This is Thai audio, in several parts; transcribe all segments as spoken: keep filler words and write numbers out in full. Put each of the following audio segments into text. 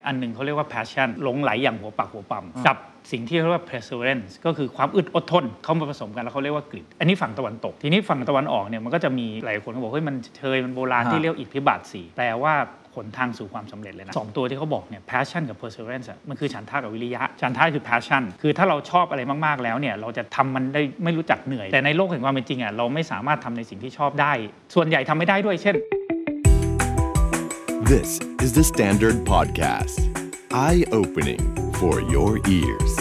อันหนึ่งเขาเรียกว่า passion หลงไหลอย่างหัวปักหัวปั๊มกับสิ่งที่เรียกว่า perseverance ก็คือความอึดอดทนเข้ามาผสมกันแล้วเขาเรียกว่ากริดอันนี้ฝั่งตะวันตกทีนี้ฝั่งตะวันออกเนี่ยมันก็จะมีหลายคนเขาบอกเฮ้ยมันเชยมันโบราณที่เรียกอิทธิบาทสี่แปลว่าหนทางสู่ความสำเร็จเลยนะสองตัวที่เขาบอกเนี่ย passion กับ perseverance มันคือฉันทะกับวิริยะฉันทะคือ passion คือถ้าเราชอบอะไรมากๆแล้วเนี่ยเราจะทำมันได้ไม่รู้จักเหนื่อยแต่ในโลกแห่งความเป็นจริงอ่ะเราไม่สามารถทำในสิ่งที่ชอบได้ส่วนใหญ่ทำไม่ได้ด้วยเช่น This is the Standard Podcast Eye-opening for your ears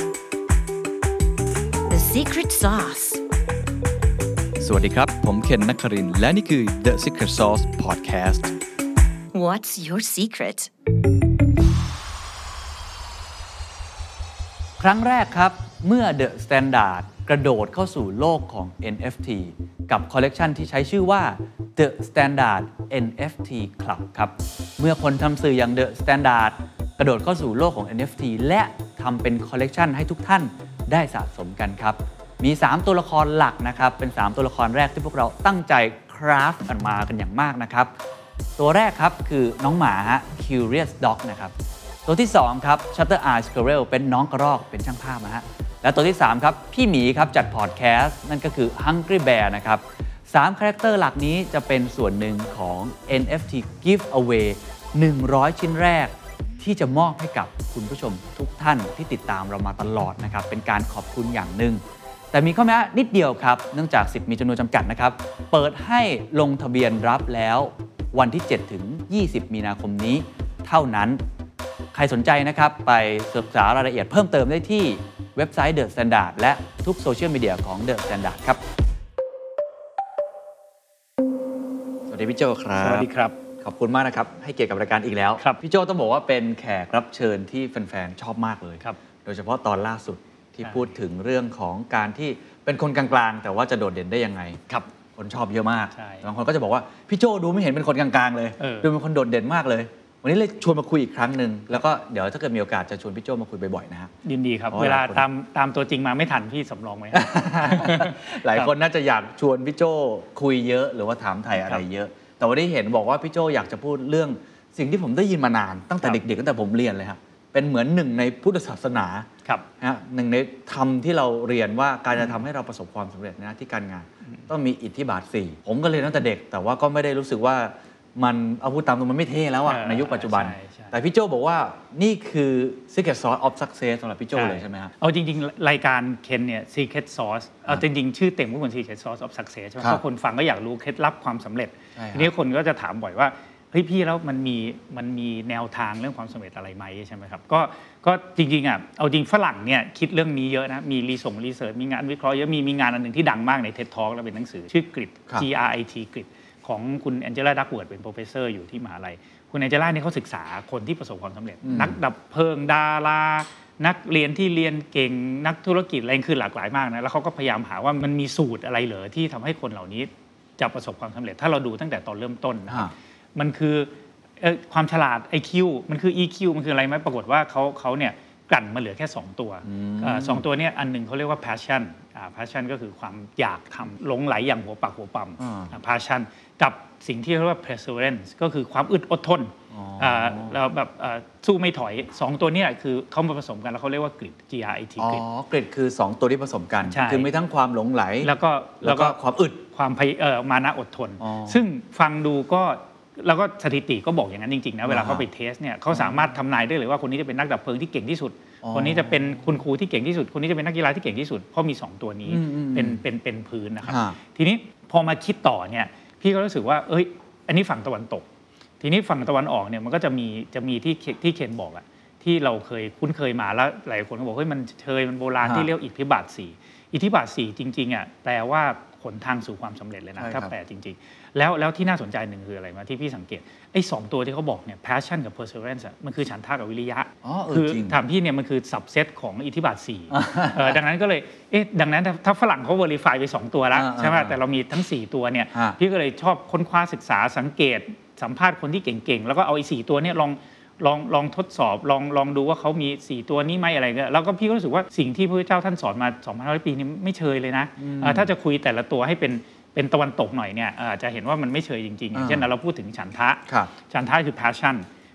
The Secret Sauce สวัสดีครับผมเคนนักครินทร์และนี่คือ The Secret Sauce Podcast What's your secret ครั้งแรกครับเมื่อ The Standard กระโดดเข้าสู่โลกของ เอ็น เอฟ ที กับคอลเลกชันที่ใช้ชื่อว่า The Standard เอ็น เอฟ ที Club ครับเมื่อคนทำสื่ออย่าง The Standard กระโดดเข้าสู่โลกของ เอ็น เอฟ ที และทำเป็นคอลเลกชันให้ทุกท่านได้สะสมกันครับมีสามตัวละครหลักนะครับเป็นสามตัวละครแรกที่พวกเราตั้งใจคราฟกันมากันอย่างมากนะครับตัวแรกครับคือน้องหมาฮะ Curious Dog นะครับตัวที่สองครับ Shutter Eye Squirrel เป็นน้องกระรอกเป็นช่างภาพนะฮะและตัวที่สามครับพี่หมีครับจัดพอดแคสต์นั่นก็คือ Hungry Bear นะครับสามคาแรคเตอร์หลักนี้จะเป็นส่วนหนึ่งของ เอ็น เอฟ ที Giveaway หนึ่งร้อยชิ้นแรกที่จะมอบให้กับคุณผู้ชมทุกท่านที่ติดตามเรามาตลอดนะครับเป็นการขอบคุณอย่างหนึ่งแต่มีข้อแม้นิดเดียวครับเนื่องจากสิทธิ์มีจำนวนจำกัดนะครับเปิดให้ลงทะเบียนรับแล้ววันที่เจ็ดถึงยี่สิบมีนาคมนี้เท่านั้นใครสนใจนะครับไปศึกษารายละเอียดเพิ่มเติมได้ที่เว็บไซต์ The Standard และทุกโซเชียลมีเดียของ The Standard ครับสวัสดีพี่โจครับสวัสดีครับขอบคุณมากนะครับให้เกียรติกับรายการอีกแล้วพี่โจต้องบอกว่าเป็นแขกรับเชิญที่แฟนๆชอบมากเลยโดยเฉพาะตอนล่าสุดที่พูดถึงเรื่องของการที่เป็นคนกลางๆแต่ว่าจะโดดเด่นได้ยังไงครับคนชอบเยอะมากบางคนก็จะบอกว่าพี่โจดูไม่เห็นเป็นคนกลางๆเลยดูเป็นคนโดดเด่นมากเลยวันนี้เลยชวนมาคุยอีกครั้งนึงแล้วก็เดี๋ยวถ้าเกิดมีโอกาสจะชวนพี่โจมาคุยบ่อยๆนะฮะยินดีครับเวลาตามตามตัวจริงมาไม่ทันพี่สำรองไหมหลายคนน่าจะอยากชวนพี่โจคุยเยอะหรือว่าถามไทยอะไรเยอะแต่วันนี้เห็นบอกว่าพี่โจอยากจะพูดเรื่องสิ่งที่ผมได้ยินมานานตั้งแต่เด็กๆตั้งแต่ผมเรียนเลยครับเป็นเหมือนหนึ่งในพุทธศาสนานะหนึ่งในธรรมที่เราเรียนว่าการจะทำให้เราประสบความสำเร็จนะที่การงานต้องมีอิทธิบาทสี่ผมก็เรียนตั้งแต่เด็กแต่ว่าก็ไม่ได้รู้สึกว่ามันเอาพูดตามตรงมันไม่เท่แล้วอะในยุคปัจจุบันแต่พี่โจบอกว่านี่คือ Secret Sauce of Success สำหรับพี่โจเลยใช่ไหมครับเอาจริงๆรายการเคนเนี่ย Secret Sauce เอาจริงๆชื่อเต็มก็เหมือน Secret Sauce of Success ใช่ไหมเพราะคนฟังก็อยากรู้เคล็ดลับความสำเร็จทีนี้คนก็จะถามบ่อยว่าเฮ้ยพี่แล้วมันมีมันมีแนวทางเรื่องความสำเร็จอะไรไหมใช่ไหมครับก็ก็จริงๆอ่ะเอาจริงฝรั่งเนี่ยคิดเรื่องนี้เยอะนะมีรีส่งรีเสิร์ชมีงานวิเคราะห์เยอะมีมีงานอันหนึ่งที่ดังมากใน TED Talk แล้วเป็นหนังสือชื่อกริด G R I T กริดของคุณแองเจล่าดักเวิร์ดเป็นโปรเฟสเซอร์อยู่ที่มหาลัยคุณแองเจล่าเนี่ยเขาศึกษาคนที่ประสบความสำเร็จนักดับเพลิงดารานักเรียนที่เรียนเก่งนักธุรกิจอะไรคือหลากหลายมากนะแล้วเขาก็พยายามหาว่ามันมีสูตรอะไรเหรอที่ทำให้คนเหล่านี้จะประสบความสำเร็จถ้าเราดูตั้งแต่ตอนเริ่มต้นนะครับมันคือความฉลาด ไอ คิว มันคือ อี คิว มันคืออะไรไหมปรากฏว่าเขาเขาเนี่ยกลั่นมาเหลือแค่สองตัวสองตัวนี้อันหนึ่งเขาเรียกว่า passion passion ก็คือความอยากทำหลงไหลอย่างหัวปักหัวปั๊ม passion กับสิ่งที่เรียกว่า perseverance ก็คือความอึดอดทนแล้วแบบสู้ไม่ถอยสองตัวนี้คือเขามาผสมกันแล้วเขาเรียกว่ากริด G R I T กริดอ๋อกริดคือสองตัวที่ผสมกันคือมีทั้งความหลงไหลแล้วก็แล้วก็ความอึดความมานะอดทนซึ่งฟังดูก็แล้วก็สถิติก็บอกอย่างนั้นจริงๆนะเวลาเขาไปเทสเนี่ยเขาสามารถทำนายได้เลยว่าคนนี้จะเป็นนักดับเพลิงที่เก่งที่สุดคนนี้จะเป็นคุณครูที่เก่งที่สุดคนนี้จะเป็นนักกีฬาที่เก่งที่สุดเพราะมีสองตัวนี้เป็นเป็นเป็นพื้นนะครับทีนี้พอมาคิดต่อเนี่ยพี่ก็รู้สึกว่าเอ้ยอันนี้ฝั่งตะวันตกทีนี้ฝั่งตะวันออกเนี่ยมันก็จะมีจะมีที่ที่เคนบอกอะที่เราเคยคุ้นเคยมาแล้วหลายคนก็บอกเฮ้ยมันเชยมันโบราณที่เรียกอิทธิบาทสี่อิทธิบาทสี่จริงๆอ่ะแปลว่าหนทางสู่ความสำเร็จเลยนะถ้าแปลจริงๆแล้วแล้วที่น่าสนใจหนึ่งคืออะไรมาที่พี่สังเกตไอ้สองตัวที่เขาบอกเนี่ย passion กับ perseverance มันคือฉันทะกับวิริยะคือถามพี่เนี่ยมันคือ subset ของอิทธิบาทสี่ดังนั้นก็เลยเอ๊ะดังนั้นถ้าฝรั่งเขา verify ไปสองตัวแล้วใช่ไหมแต่เรามีทั้งสี่ตัวเนี่ยพี่ก็เลยชอบค้นคว้าศึกษาสังเกตสัมภาษณ์คนที่เก่งๆแล้วก็เอาไอ้สี่ตัวเนี่ยลองลองลองทดสอบลองลองดูว่าเขามีสี่ตัวนี้ไหมอะไรเงี้ยแล้วก็พี่ก็รู้สึกว่าสิ่งที่พระเจ้าท่านสอนมา สองพันห้าร้อย ปีนี้ไม่เชยเลยนะถ้าจะคุยแต่ละตัวให้เป็นเป็นตะวันตกหน่อยเนี่ยจะเห็นว่ามันไม่เชยจริงๆอย่างเช่นเราพูดถึงฉันทะฉันทะคือ passion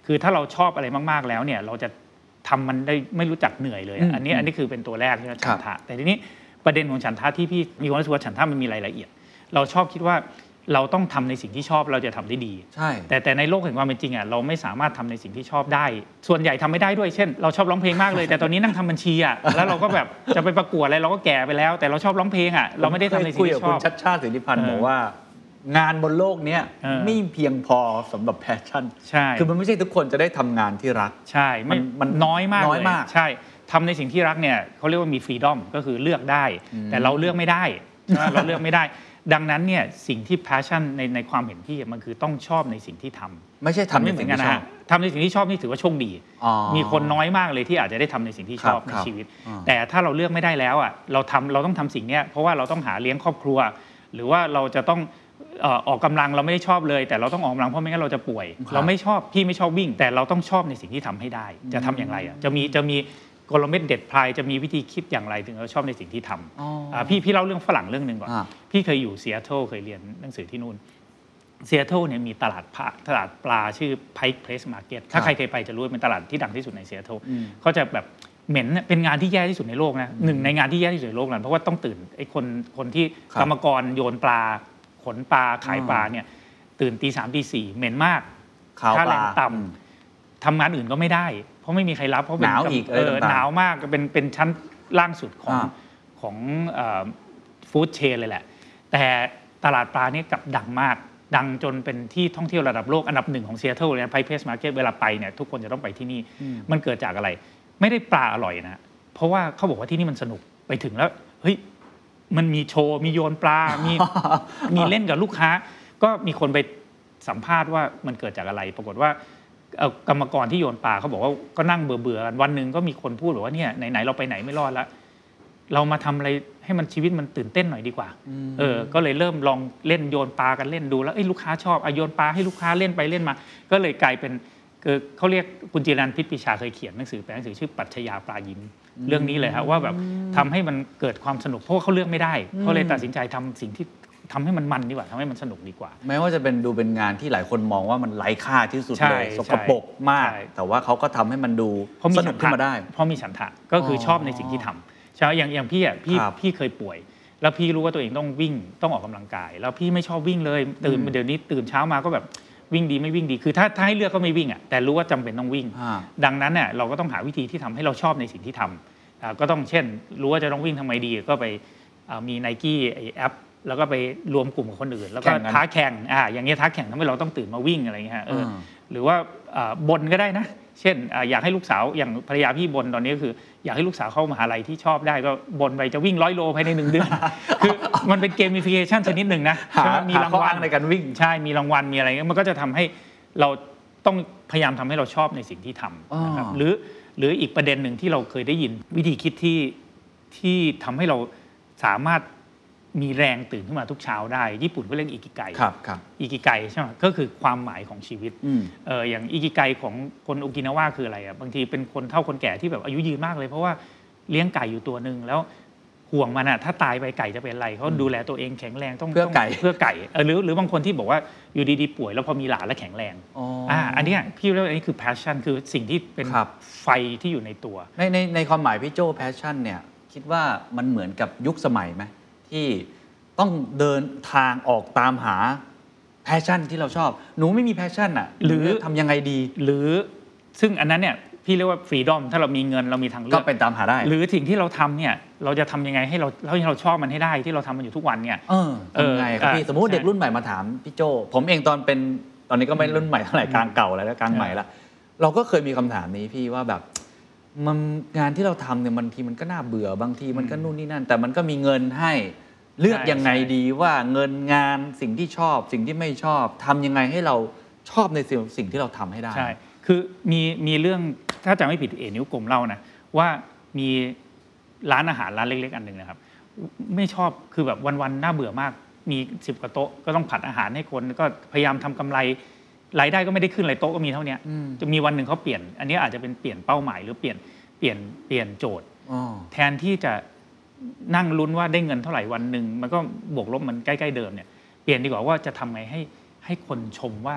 คือถ้าเราชอบอะไรมากๆแล้วเนี่ยเราจะทำมันได้ไม่รู้จักเหนื่อยเลยอันนี้อันนี้คือเป็นตัวแรกที่เราฉันทะแต่ทีนี้ประเด็นของฉันทะที่พี่มีความรู้สึกว่าฉันทะมันมีรายละเอียดเราชอบคิดว่าเราต้องทำในสิ่งที่ชอบเราจะทำได้ดีใช่แต่แต่ในโลกแห่งความเป็นจริงอ่ะเราไม่สามารถทำในสิ่งที่ชอบได้ส่วนใหญ่ทำไม่ได้ด้วยเช่นเราชอบร้องเพลงมากเลยแต่ตอนนี้นั่งทำบัญชีอ่ะแล้วเราก็แบบจะไปประกวดอะไรเราก็แก่ไปแล้วแต่เราชอบร้องเพลงอ่ะเราไม่ได้ทำในสิ่งที่ชอบคุยกับคุณชัดชาติสิทธิพันธ์บอกว่างานบนโลกนี้ไม่เพียงพอสำหรับแพชชั่นใช่คือมันไม่ใช่ทุกคนจะได้ทำงานที่รักใช่มันมันน้อยมากน้อยมากใช่ทำในสิ่งที่รักเนี่ยเขาเรียกว่ามีฟรีดอมก็คือเลือกได้แต่เราเลือกไม่ได้ใช่ไหมเราเลือกไม่ได้ดังนั้นเนี่ยสิ่งที่ passion ในในความเห็นพี่มันคือต้องชอบในสิ่งที่ทำไม่ใช่ทำในสิ่งที่ชอบทำในสิ่งที่ชอบนี่ถือว่าโชคดีมีคนน้อยมากเลยที่อาจจะได้ทำในสิ่งที่ชอบในชีวิตแต่ถ้าเราเลือกไม่ได้แล้วอ่ะเราทำเราต้องทำสิ่งนี้เพราะว่าเราต้องหาเลี้ยงครอบครัวหรือว่าเราจะต้องออกกำลังเราไม่ได้ชอบเลยแต่เราต้องออกกำลังเพราะไม่งั้นเราจะป่วยเราไม่ชอบพี่ไม่ชอบวิ่งแต่เราต้องชอบในสิ่งที่ทำให้ได้จะทำอย่างไรอ่ะจะมีจะมีกลเม็ดเด็ดพลายจะมีวิธีคิดอย่างไรถึงเราชอบในสิ่งที่ทำพี่พี่เล่าเรื่องฝรั่งเรื่องหนึ่งก่อนพี่เคยอยู่ซีแอตเทิลเคยเรียนหนังสือที่นู่นซีแอตเทิลเนี่ยมีตลาดตลาดปลาชื่อ Pike Place Market ถ้าใครเคยไปจะรู้เป็นตลาดที่ดังที่สุดในซีแอตเทิลเขาจะแบบเหม็นเป็นงานที่แย่ที่สุดในโลกนะหนึ่งในงานที่แย่ที่สุดในโลกนั้นเพราะว่าต้องตื่นไอ้คนคนที่กรรมกรโยนปลาขนปลาขายปลาเนี่ยตื่นตีสามตีสี่เหม็นมากค่าแรงต่ำทำงานอื่นก็ไม่ได้เพราะไม่มีใครรับเพราะหนาวอีกเออหนาวมากเป็นเป็นชั้นล่างสุดของของฟู้ดเชนเลยแหละแต่ตลาดปลาเนี่ยกลับดังมากดังจนเป็นที่ท่องเที่ยวระดับโลกอันดับหนึ่งของซีแอตเทิลเลยไพเพสมาร์เก็ตเวลาไปเนี่ยทุกคนจะต้องไปที่นี่มันเกิดจากอะไรไม่ได้ปลาอร่อยนะเพราะว่าเขาบอกว่าที่นี่มันสนุกไปถึงแล้วเฮ้ยมันมีโชว์มีโยนปลามีมีเล่นกับลูกค้าก็มีคนไปสัมภาษณ์ว่ามันเกิดจากอะไรปรากฏว่ากรรมกรที่โยนปลาเขาบอกว่าก็นั่งเบื่อๆกันวันหนึ่งก็มีคนพูดบอกว่าเนี่ยไหนๆเราไปไหนไม่รอดแล้วเรามาทำอะไรให้มันชีวิตมันตื่นเต้นหน่อยดีกว่าเออก็เลยเริ่มลองเล่นโยนปลากันเล่นดูแล้วลูกค้าชอบโยนปลาให้ลูกค้าเล่นไปเล่นมาก็เลยกลายเป็นเขาเรียกคุณจิรันพิษปิชาเคยเขียนหนังสือแปลหนังสือชื่อปรัชญาปลายิ้มเรื่องนี้เลยครับว่าแบบทำให้มันเกิดความสนุกเพราะเขาเลือกไม่ได้เขาเลยตัดสินใจทำสิ่งที่ทำให้มันมันดีกว่าทำให้มันสนุกดีกว่าแม้ว่าจะเป็นดูเป็นงานที่หลายคนมองว่ามันไร้ค่าที่สุดเลยสกปรกมากแต่ว่าเขาก็ทำให้มันดูสนุกขึ้นมาได้เพราะมีฉันทะก็คือชอบในสิ่งที่ทำใช่อย่างอย่างพี่อ่ะพี่พี่เคยป่วยแล้วพี่รู้ว่าตัวเองต้องวิ่งต้องออกกำลังกายแล้วพี่ไม่ชอบวิ่งเลยตื่นเดี๋ยวนี้ตื่นเช้ามาก็แบบวิ่งดีไม่วิ่งดีคือถ้าถ้าให้เลือกก็ไม่วิ่งอ่ะแต่รู้ว่าจำเป็นต้องวิ่งดังนั้นเนี่ยเราก็ต้องหาวิธีที่ทำให้เราชอบในสิ่งที่ทำก็ต้องเช่นรู้ว่าจะต้องวิ่งทำไมดีก็ไปมี Nike ไอ้แอปแล้วก็ไปรวมกลุ่มกับคนอื่นแล้วก็ท้าแข่งอ่าอย่างเงี้ยท้าแข่งทำให้เราต้องตื่นมาวิ่งอะไรเงี้ยเออหรือว่าบ่นก็ได้นะเช่นอยากให้ลูกสาวอย่างภรรยาพี่บ่นตอนนี้ก็คืออยากให้ลูกสาวเข้ามหาลัยที่ชอบได้ก็บ่นไปจะวิ่งร้อยโลภายในหนึ่งเดือนคือมันเป็นเกมฟิเคชันชนิดหนึ่งนะมีรางวัลในการวิ่งใช่มีรางวัลมีอะไรเงี้ยมันก็จะทำให้เราต้องพยายามทำให้เราชอบในสิ่งที่ทำนะครับหรือหรืออีกประเด็นหนึ่งที่เราเคยได้ยินวิธีคิดที่ที่ทำให้เราสามารถมีแรงตื่นขึ้นมาทุกเช้าได้ญี่ปุ่นก็เรียกอิกิไกอิกิไกใช่ไหมก็คือความหมายของชีวิตเอออย่างอิกิไกของคนโอกินาวาคืออะไรอ่ะบางทีเป็นคนเฒ่าคนแก่ที่แบบอายุยืนมากเลยเพราะว่าเลี้ยงไก่อยู่ตัวนึงแล้วห่วงมันอ่ะถ้าตายไปไก่จะเป็นอะไรเขาดูแลตัวเองแข็งแรงต้องเพื่อไก่เพื่อไก่เออหรือหรือบางคนที่บอกว่าอยู่ดีๆป่วยแล้วพอมีหลานแล้วแข็งแรงอ่าอันนี้พี่เรียกว่าอันนี้คือ passion คือสิ่งที่เป็นไฟที่อยู่ในตัวในในในความหมายพี่โจ้ passion เนี่ยคิดว่ามันเหมือนกับยุคสมัยไหมที่ต้องเดินทางออกตามหาแพชชั่นที่เราชอบหนูไม่มีแพชชั่นอ่ะหรือทำยังไงดีหรือซึ่งอันนั้นเนี่ยพี่เรียกว่าฟรีดอมถ้าเรามีเงินเรามีทางเลือกก็เป็นตามหาได้หรือสิ่งที่เราทำเนี่ยเราจะทำยังไงให้เราให้เราชอบมันให้ได้ที่เราทำมันอยู่ทุกวันเนี่ยเออทำไงครับพี่สมมติเด็กรุ่นใหม่มาถามพี่โจผมเองตอนเป็นตอนนี้ก็ไม่รุ่นใหม่เท่าไหร่กลางเก่าแล้วกลางใหม่ละเราก็เคยมีคำถามนี้พี่ว่าแบบมันงานที่เราทำเนี่ยบางทีมันก็น่าเบื่อบางทีมันก็นู่นนี่นั่นแต่มันก็มีเงินให้เลือกยังไงดีว่าเงินงานสิ่งที่ชอบสิ่งที่ไม่ชอบทำยังไงให้เราชอบในสิ่งที่เราทำให้ได้ใช่คือมีมีเรื่องถ้าจำไม่ผิดเอนิ้วกลมเล่านะว่ามีร้านอาหารร้านเล็กๆอันหนึ่งนะครับไม่ชอบคือแบบวันๆน่าเบื่อมากมีสิบกว่าโต๊ะก็ต้องผัดอาหารให้คนก็พยายามทำกำไรรายได้ก็ไม่ได้ขึ้นเลยโต๊ะก็มีเท่านี้จะมีวันหนึ่งเขาเปลี่ยนอันนี้อาจจะเป็นเปลี่ยนเป้าหมายหรือเปลี่ยนเปลี่ยนเปลี่ยนโจทย์แทนที่จะนั่งลุ้นว่าได้เงินเท่าไหร่วันหนึ่งมันก็บวกลบมันใกล้ๆเดิมเนี่ยเปลี่ยนดีกว่าว่าจะทำไงให้ให้คนชมว่า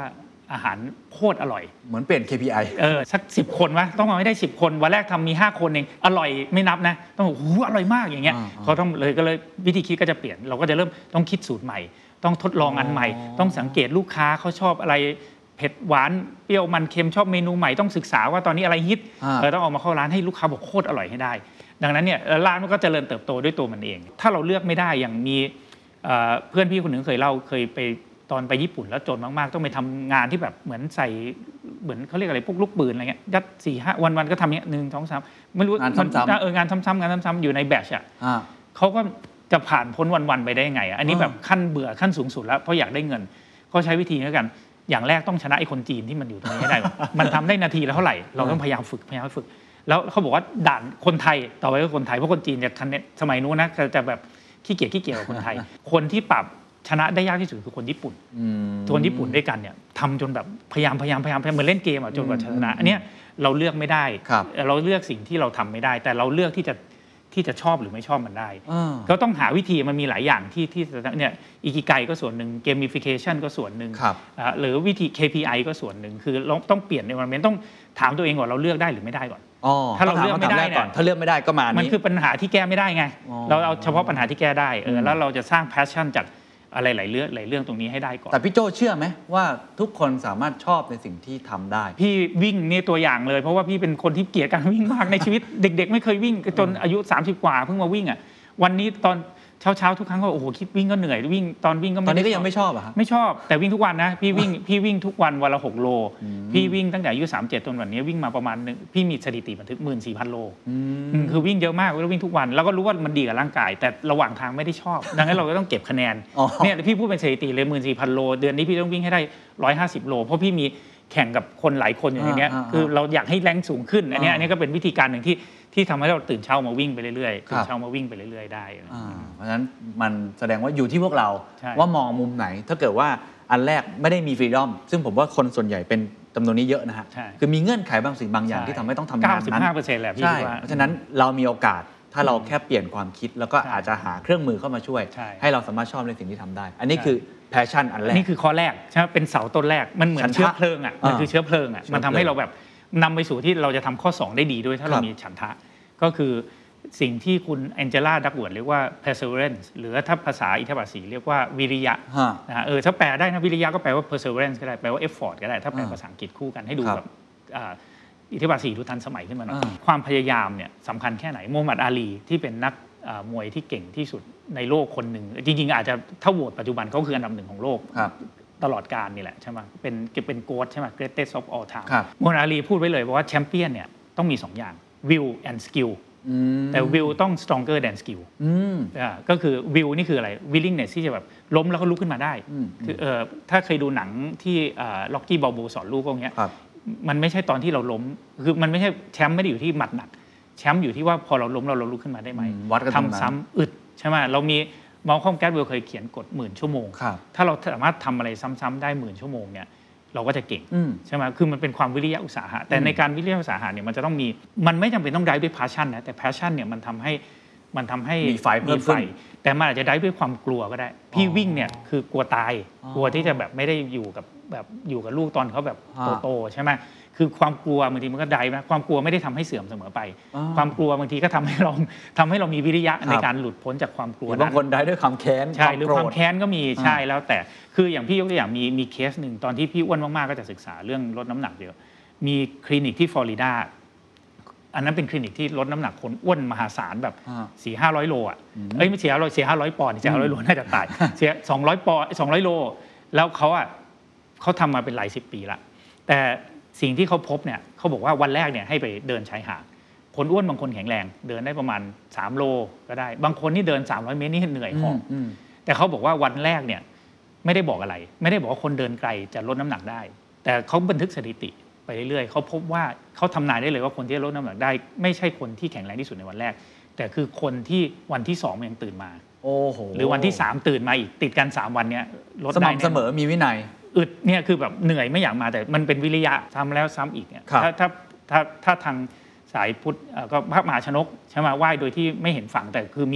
อาหารโคตรอร่อยเหมือนเปลี่ยน เค พี ไอเออสักสิบคนวะต้องมาไม่ได้สิบคนวันแรกทำมีห้าคนเองอร่อยไม่นับนะต้องโอ้โหอร่อยมากอย่างเงี้ยเขาต้องเลยก็เลยวิธีคิดก็จะเปลี่ยนเราก็จะเริ่มต้องคิดสูตรใหม่ต้องทดลองอันใหม่ต้องสังเกตลูกค้าเขาชอบอะไรเผ็ดหวานเปรี้ยวมันเค็มชอบเมนูใหม่ต้องศึกษาว่าตอนนี้อะไรฮิตเออต้องออกมาเข้าร้านให้ลูกค้าบอกโคตรอร่อยให้ได้ดังนั้นเนี่ยร้านมันก็เจริญเติบโตด้วยตัวมันเองถ้าเราเลือกไม่ได้อย่างมีเพื่อนพี่คนหนึ่งเคยเล่าเคยไปตอนไปญี่ปุ่นแล้วจนมากๆต้องไปทำงานที่แบบเหมือนใส่เหมือนเขาเรียกอะไรพวกลูกปืนอะไรเงี้ยยัดสี่ห้าวันวันก็ทำเนี้ยหนึ่งสองสามไม่รู้งานซ้ำๆเอองานซ้ำๆงานซ้ำๆอยู่ในแบชอ่ะเขาก็จะผ่านพ้นวันๆไปได้ยังไงอ่ะอันนี้แบบขั้นเบื่อขั้นสูงสุดแล้วเพราะอยากได้เงินก็ใช้วิธีนี้กันอย่างแรกต้องชนะไอ้คนจีนที่มันอยู่ตรงนี้ให้ได้มันทำได้นาทีละเท่าไหร่เราต้องพยายามฝึกพยายามฝึกแล้วเขาบอกว่าด่านคนไทยต่อไปก็คนไทยเพราะคนจีนจะสมัยนู้นนะจะแบบขี้เกียจขี้เกียจกับคนไทยคนที่ปรับชนะได้ยากที่สุดคือคนญี่ปุ่นคนญี่ปุ่นด้วยกันเนี่ยทำจนแบบพยายามพยายามพยายามเหมือนเล่นเกมอ่ะจนกว่าชนะอันเนี้ยเราเลือกไม่ได้เราเลือกสิ่งที่เราทำไม่ได้แต่เราเลือกที่จะที่จะชอบหรือไม่ชอบมันได้ก็ต้องหาวิธีมันมีหลายอย่างที่ที่เนี่ยอิกิไกก็ส่วนหนึ่งเกมฟิเคชันก็ส่วนหนึ่งหรือวิธี เค พี ไอ ก็ส่วนหนึ่งคือเราต้องเปลี่ยนในวันนั้นต้องถามตัวเองก่อนเราเลือกได้หรือไม่ได้ก่อนถ้าเราเลือกไม่ได้เนี่ยถ้าเลือกไม่ได้ก็มามันคือปัญหาที่แก้ไม่ได้ไงเราเอาเฉพาะปัญหาที่แก้ได้เออแล้วเราจะสร้างแพชชั่นจากอะไรหลายเรื่องหลายเรื่องตรงนี้ให้ได้ก่อนแต่พี่โจเชื่อไหมว่าทุกคนสามารถชอบในสิ่งที่ทำได้พี่วิ่งนี่ตัวอย่างเลยเพราะว่าพี่เป็นคนที่เกลียดการวิ่งมากในชีวิตเด็กๆไม่เคยวิ่งจนอายุสามสิบกว่าเพิ่งมาวิ่งอ่ะวันนี้ตอนเช้าๆทุกครั้งก็โอ้โหคิดวิ่งก็เหนื่อยวิ่งตอนวิ่งก็ไม่ตอนนี้ก็ยังไม่ชอบอ่ะไม่ชอบแต่วิ่งทุกวันนะพี่วิ่งพี่วิ่งทุกวันวันละหกโลพี่วิ่งตั้งแต่อายุสามสิบเจ็ดจนวันนี้วิ่งมาประมาณนึงพี่มีสถิติบันทึก หนึ่งหมื่นสี่พัน โลคือวิ่งเยอะมากแล้ววิ่งทุกวันแล้วก็รู้ว่ามันดีกับร่างกายแต่ระหว่างทางไม่ได้ชอบดังนั้นเราก็ต้องเก็บคะแนนเนี่ยพี่พูดเป็นสถิติเลย หนึ่งหมื่นสี่พัน โลเดือนนี้พี่ต้องวิ่งให้ได้หนึ่งร้อยห้าสิบโลเพราะพี่มีแข่งกับคนหลายคนอยู่ในนี้คือเราอยากให้แรงสูงขึ้นอันนี้อันนี้ก็เป็นวิธีการหนึ่งที่ที่ทำให้เราตื่นเช้ามาวิ่งไปเรื่อยๆตื่นเช้ามาวิ่งไปเรื่อยๆได้เพราะฉะนั้นมันแสดงว่าอยู่ที่พวกเราว่ามองมุมไหนถ้าเกิดว่าอันแรกไม่ได้มีฟรีดอมซึ่งผมว่าคนส่วนใหญ่เป็นจำนวนนี้เยอะนะฮะคือมีเงื่อนไขบางสิ่งบางอย่างที่ทำให้ต้องทำงานนั้นเก้าสิบห้าเปอร์เซ็นต์ แหละพี่ว่าเพราะฉะนั้นเรามีโอกาสถ้าเราแค่เปลี่ยนความคิดแล้วก็อาจจะหาเครื่องมือเข้ามาช่วยให้เราสามารถชอบในสิ่งที่ทำได้อันนี้คือแพชชั่นอันแรกนี่คือข้อแรกใช่ไหมเป็นเสาต้นแรกมันเหมือนเชื้อเพลิงอ่ะมันคือเชื้อเพลิงอ่ะมันทำให้เราแบบนำไปสู่ที่เราจะทำข้อสองได้ดีด้วยถ้าเรามีฉันทะก็คือสิ่งที่คุณแองเจล่าดักเวิร์ดเรียกว่า perseverance หรือถ้าภาษาอิทธิบาทสีเรียกว่าวิริยะนะเออถ้าแปลได้นะวิริยะก็แปลว่า perseverance ก็ได้แปลว่า effort ก็ได้ถ้าแปลภาษาอังกฤษคู่กันให้ดูแบบอิทธิบาทสีดูทันสมัยขึ้นมาหน่อยความพยายามเนี่ยสำคัญแค่ไหนโมฮัมหมัดอาลีที่เป็นนักมวยที่เก่งที่สุดในโลกคนหนึ่งจริงๆอาจจะถ้าโหวตปัจจุบันเขาคืออันดับหนึ่งของโลกตลอดกาลนี่แหละใช่ไหมเป็นเป็นโกดใช่ไหม greatest of all time โมฮัมหมัดอาลีพูดไว้เลยว่าแชมเปี้ยนเนี่ยต้องมีสองอย่าง will and skillแต่ will ต้อง stronger than skill ก็คือ will นี่คืออะไร willingness ที่จะแบบล้มแล้วก็ลุกขึ้นมาได้คือถ้าเคยดูหนังที่ล็อกกี้บอลโบสอนลูกพวกนี้มันไม่ใช่ตอนที่เราล้มคือมันไม่ใช่แชมป์ไม่ได้อยู่ที่หมัดหนักแชมป์อยู่ที่ว่าพอเราล้มเราเราลุกขึ้นมาได้ไหมทำซ้ำอึดใช่ไหมเรามีมาลคอม แกลดเวลเคยเขียนกฎหมื่นชั่วโมงถ้าเราสามารถทำอะไรซ้ำๆได้หมื่นชั่วโมงเนี่ยเราก็จะเก่งใช่ไหมคือมันเป็นความวิริยะอุตสาหะแต่ในการวิริยะอุตสาหะเนี่ยมันจะต้องมีมันไม่จำเป็นต้องได้ด้วย passion นะแต่ passion เนี่ยมันทำให้มันทำให้มีไฟเพิ่มขึ้นแต่มันอาจจะได้ด้วยความกลัวก็ได้พี่วิ่งเนี่ยคือกลัวตายกลัวที่จะแบบไม่ได้อยู่กับแบบอยู่กับลูกตอนเขาแบบโตๆใช่ไหมคือความกลัวบางทีมันก็ได้นะความกลัวไม่ได้ทำให้เสื่อมเสมอไปความกลัวบางทีก็ทำให้เราทำให้เรามีวิริยะในการหลุดพ้นจากความกลัวบางคนได้ด้วยความแค้นใช่หรือความแค้นก็มีใช่แล้วแต่คืออย่างพี่ยกตัวอย่างมีมีเคสหนึ่งตอนที่พี่อ้วนมากๆก็จะศึกษาเรื่องลดน้ำหนักเยอะมีคลินิกที่ฟลอริดาอันนั้นเป็นคลินิกที่ลดน้ำหนักคนอ้วนมหาศาลแบบสี่ห้าร้อยโลอ่ะเอ้ยไม่เสียร้อยเสียห้าร้อยปอนด์เสียห้าร้อยโลน่าจะตายเสียสองร้อยปอนด์สองร้อยโลแล้วเขาอ่ะเขาทำมาเป็นหลายสิบปีละแต่สิ่งที่เขาพบเนี่ยเขาบอกว่าวันแรกเนี่ยให้ไปเดินชายหาดคนอ้วนบางคนแข็งแรงเดินได้ประมาณสามโลก็ได้บางคนนี่เดินสามร้อยเมตรนี่เหนื่อยหอบแต่เขาบอกว่าวันแรกเนี่ยไม่ได้บอกอะไรไม่ได้บอกว่าคนเดินไกลจะลดน้ำหนักได้แต่เขาบันทึกสถิติไปเรื่อยๆเขาพบว่าเขาทำนายได้เลยว่าคนที่ลดน้ำหนักได้ไม่ใช่คนที่แข็งแรงที่สุดในวันแรกแต่คือคนที่วันที่สองยังตื่นมาโอ้โหหรือวันที่สามตื่นมาอีกติดกันสามวันเนี้ยลดได้สม่ำเสมอมีวินัยอึดเนี่ยคือแบบเหนื่อยไม่อยากมาแต่มันเป็นวิริยะทำแล้วซ้ำอีกเนี่ยถ้าถ้าถ้าถ้าทางสายพุทธก็พระมหาชนกใช่ไหมไหว้โดยที่ไม่เห็นฝั่งแต่คือมี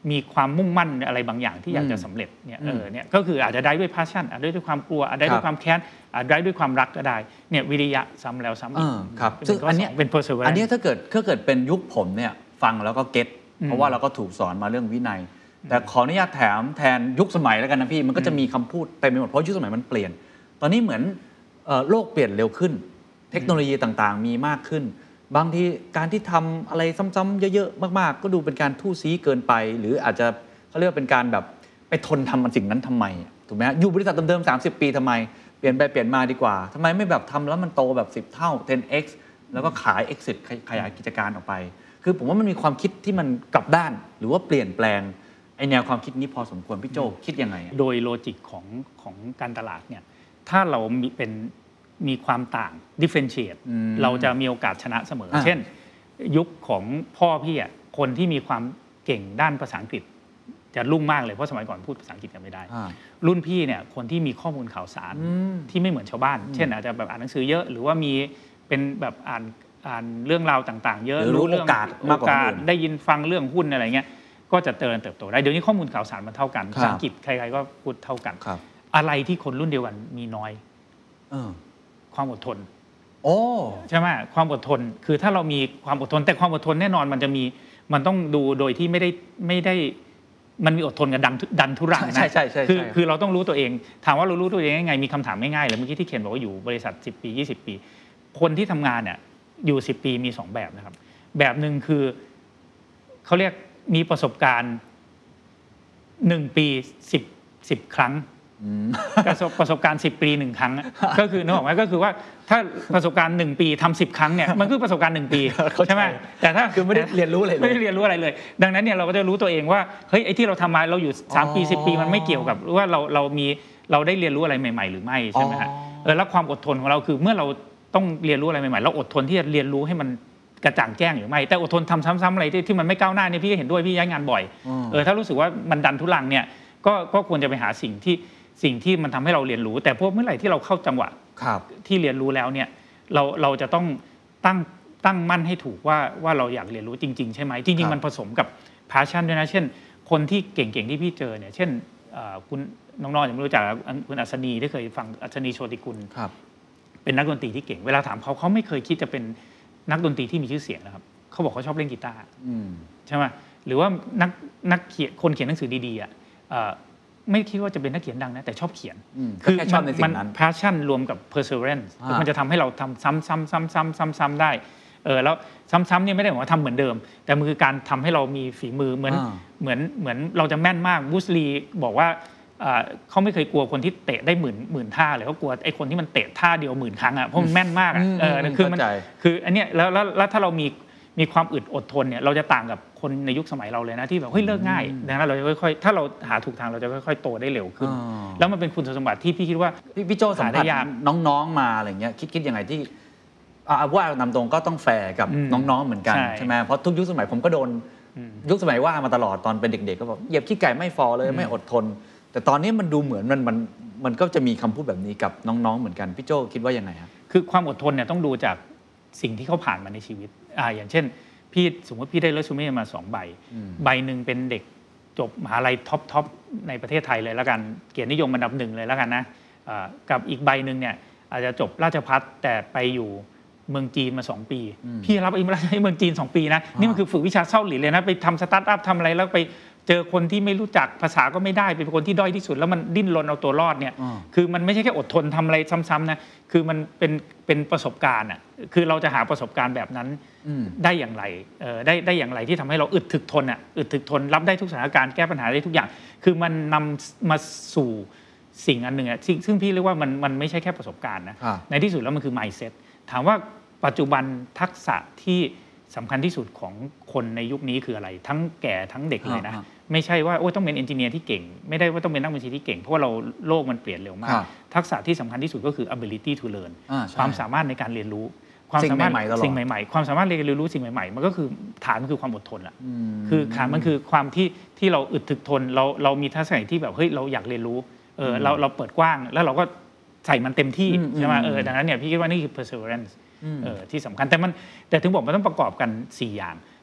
มีความมุ่งมั่นอะไรบางอย่างที่อยากจะสำเร็จเนี่ยเออเนี่ยก็คืออาจจะได้ด้วย passion อาจจะได้ด้วยความกลัวอาจจะได้ด้วยความแค้นอาจจะได้ด้วยความรักก็ได้เนี่ยวิริยะซ้ำแล้วซ้ำอีกครับซึ่งอันนี้เป็น perseverance อันนี้ถ้าเกิดถ้าเกิดเป็นยุคผมเนี่ยฟังแล้วก็เก็ตเพราะว่าเราก็ถูกสอนมาเรื่องวินัยแต่ขออนุญาตแถมแทนยุคสมัยแล้วกันนะพี่มันก็จะมีคำพูดเต็มไปหมดเพราะยุคสมัยมันเปลี่ยนตอนนี้เหมือนโลกเปลี่ยนเร็วขึ้นเทคโนโลยีต่างๆมีมากขึ้นบางทีการที่ทำอะไรซ้ำๆเยอะๆมากๆก็ดูเป็นการทู่ซี้เกินไปหรืออาจจะเขาเรียกว่าเป็นการแบบไปทนทำมันสิ่งนั้นทำไมถูกไหมอยู่บริษัทเดิมๆสามสิบปีทำไมเปลี่ยนไปเปลี่ยนมาดีกว่าทำไมไม่แบบทำแล้วมันโตแบบสิบเท่า เท็น เอ็กซ์ แล้วก็ขาย exit ขยายกิจการออกไปคือผมว่ามันมีความคิดที่มันกลับด้านหรือว่าเปลี่ยนแปลงไอแนวความคิดนี้พอสมควรพี่โจคิดยังไงโดยโลจิกของของการตลาดเนี่ยถ้าเรามีเป็นมีความต่าง differentiate เราจะมีโอกาสชนะเสมอเช่นยุคของพ่อพี่อ่ะคนที่มีความเก่งด้านภาษาอังกฤษจะรุ่งมากเลยเพราะสมัยก่อนพูดภาษาอังกฤษกันไม่ได้รุ่นพี่เนี่ยคนที่มีข้อมูลข่าวสารที่ไม่เหมือนชาวบ้านเช่นอาจจะแบบอ่านหนังสือเยอะหรือว่ามีเป็นแบบอ่านอ่านเรื่องราวต่างๆเยอะรู้เรื่องโอกาสมากกว่าได้ยินฟังเรื่องหุ้นอะไรเงี้ยก็จะเติบเติบโตได้เดี๋ยวนี้ข้อมูลข่าวสารมันเท่ากันภาษาอังกฤษใครๆก็พูดเท่ากันอะไรที่คนรุ่นเดียวกันมีน้อยความอดทนโอ้ใช่ไหมความอดทนคือถ้าเรามีความอดทนแต่ความอดทนแน่นอนมันจะมีมันต้องดูโดยที่ไม่ได้ไม่ได้มันมีอดทนกับดันดันทุรังนะใช่ใช่ใช่คือคือเราต้องรู้ตัวเองถามว่าเรารู้ตัวเองยังไงมีคำถามง่ายๆเลยเมื่อกี้ที่เขียนบอกว่าอยู่บริษัทสิบปียี่สิบปีคนที่ทำงานเนี่ยอยู่สิบปีมีสองแบบนะครับแบบนึงคือเขาเรียกมีประสบการณ์หนึ่งปีสิบ สิบครั้งประสบประสบการณ์สิบปีหนึ่งครั้งก็คือนึกออกไหมก็คือว่าถ้าประสบการณ์หนึ่งปีทำสิบครั้งเนี่ยมันคือประสบการณ์หนึ่งปีใช่ไหมแต่ถ้าคือไม่ได้เรียนรู้อะไรเลยไม่ได้เรียนรู้อะไรเลยดังนั้นเนี่ยเราก็จะรู้ตัวเองว่าเฮ้ยไอ้ที่เราทำมาเราอยู่สามปีสิบปีมันไม่เกี่ยวกับว่าเราเรามีเราได้เรียนรู้อะไรใหม่ๆหรือไม่ใช่ไหมฮะเออแล้วความอดทนของเราคือเมื่อเราต้องเรียนรู้อะไรใหม่ๆเราอดทนที่จะเรียนรู้ให้มันกระจ่างแจ้งหรือไม่แต่อดทนทำซ้ำๆอะไรที่ที่มันไม่ก้าวหน้าเนี่ยพี่ก็เห็นด้วยพี่ย้ายงานบ่อยเออถ้ารู้สึกว่ามันดันทุลังเนี่ยก็ก็ควรจะไปหาสิ่งที่สิ่งที่มันทำให้เราเรียนรู้แต่พวกเมื่อไหร่ที่เราเข้าจังหวะที่เรียนรู้แล้วเนี่ยเราเราจะต้องตั้งตั้งมั่นให้ถูกว่าว่าเราอยากเรียนรู้จริงๆใช่ไหมจริงๆมันผสมกับ passion ด้วยนะเช่นคนที่เก่งๆที่พี่เจอเนี่ยเช่นคุณน้องๆอย่างไม่รู้จักคุณอัศนีที่เคยฟังอัศนีโชติกุลเป็นนักดนตรีที่เก่งเวลาถามเขาเขาไม่เคยคิดจะเป็นนักดนตรีที่มีชื่อเสียงนะครับเขาบอกเขาชอบเล่นกีตาร์ใช่ไหมหรือว่านักนักเขียนคนเขียนหนังสือดีๆอ่ะไม่คิดว่าจะเป็นนักเขียนดังนะแต่ชอบเขียนคือมันมัน passion รวมกับ perseverance มันจะทำให้เราทำซ้ำๆๆๆๆได้เออแล้วซ้ำๆเนี่ยไม่ได้หมายว่าทำเหมือนเดิมแต่มันคือการทำให้เรามีฝีมือเหมือนเหมือนเหมือนเราจะแม่นมากบูสลีบอกว่าเขาไม่เคยกลัวคนที่เตะได้หมื่นหมื่นท่าเลยเขากลัวไอ้คนที่มันเตะท่าเดียวหมื่นครั้งอ่ะเพราะมันแม่นมากอ่ะเออคือมันคืออันเนี้ยแล้วแล้วถ้าเรามีมีความอึดอดทนเนี่ยเราจะต่างกับคนในยุคสมัยเราเลยนะที่แบบเฮ้ยเลิกง่ายดังนั้นเราจะค่อยๆถ้าเราหาถูกทางเราจะค่อยๆโตได้เร็วขึ้นแล้วมันเป็นคุณสมบัติที่พี่คิดว่าพี่โจสัมผัสน้องๆมาอะไรเงี้ยคิดคิดยังไงที่ว่านำตรงก็ต้องแฟร์กับน้องๆเหมือนกันใช่ไหมเพราะทุกยุคสมัยผมก็โดนยุคสมัยว่ามาตลอดตอนเป็นเด็กๆก็แบบเหยียบขี้ไก่ไม่ฟอเลยไม่อดทนแต่ตอนนี้มันดูเหมือนมันมันมันก็จะมีคำพูดแบบนี้กับน้องๆเหมือนกันพี่โจคิดว่ายังไงครับคือความอดทนเนี่ยต้องดูจากสิ่งที่เขาผ่านมาในชีวิตอ่าอย่างเช่นพี่สมมติพี่ได้เรซูเม่มาสองใบใบหนึ่งเป็นเด็กจบมหาลัยท็อปท็อปในประเทศไทยเลยแล้วกันเกียรตินิยมอันดับหนึ่งเลยแล้วกันนะกับอีกใบหนึ่งเนี่ยอาจจะจบราชภัฏแต่ไปอยู่เมืองจีนมาสองปีพี่รับไอ้เมืองจีนสองปีนะนี่มันคือฝึกวิชาเช่าหลินเลยนะไปทำสตาร์ทอัพทำอะไรแล้วไปเจอคนที่ไม่รู้จักภาษาก็ไม่ได้เป็นคนที่ด้อยที่สุดแล้วมันดิ้นรนเอาตัวรอดเนี่ยคือมันไม่ใช่แค่อดทนทำอะไรซ้ำๆนะคือมันเป็นเป็นประสบการณ์อ่ะคือเราจะหาประสบการณ์แบบนั้นได้อย่างไรเออได้ได้อย่างไรที่ทำให้เราอึดถึกทนอ่ะอึดถึกทนรับได้ทุกสถานการณ์แก้ปัญหาได้ทุกอย่างคือมันนำมาสู่สิ่งอันหนึ่งอ่ะซึ่งพี่เรียกว่ามันมันไม่ใช่แค่ประสบการณ์นะในที่สุดแล้วมันคือ mindset ถามว่าปัจจุบันทักษะที่สำคัญที่สุดของคนในยุคนี้คืออะไรทั้งแก่ทั้งเด็กเลยนะไม่ใช่ว่าโอ้ต้องเป็นเอนจิเนียร์ที่เก่งไม่ได้ว่าต้องเป็นนักบัญชีที่เก่งเพราะว่าเราโลกมันเปลี่ยนเร็วมากทักษะที่สำคัญที่สุดก็คือ ability to learn ความสามารถในการเรียนรู้ความสามารถสิ่งใหม่ๆความสามารถเรียนรู้สิ่งใหม่ๆมันก็คือฐานมันคือความอดทนแหละคือฐานมันคือความที่ที่เราอึดถึกทนเราเรามีทักษะที่แบบเฮ้ยเราอยากเรียนรู้เออเราเราเปิดกว้างแล้วเราก็ใส่มันเต็มที่ใช่ไหมเออดังนั้นเนี่ยพี่คิดว่านี่คือ perseverance เออที่สำคัญแต่มันแต่ถึงบอกมันต้องประกอบกันสี่อย่าง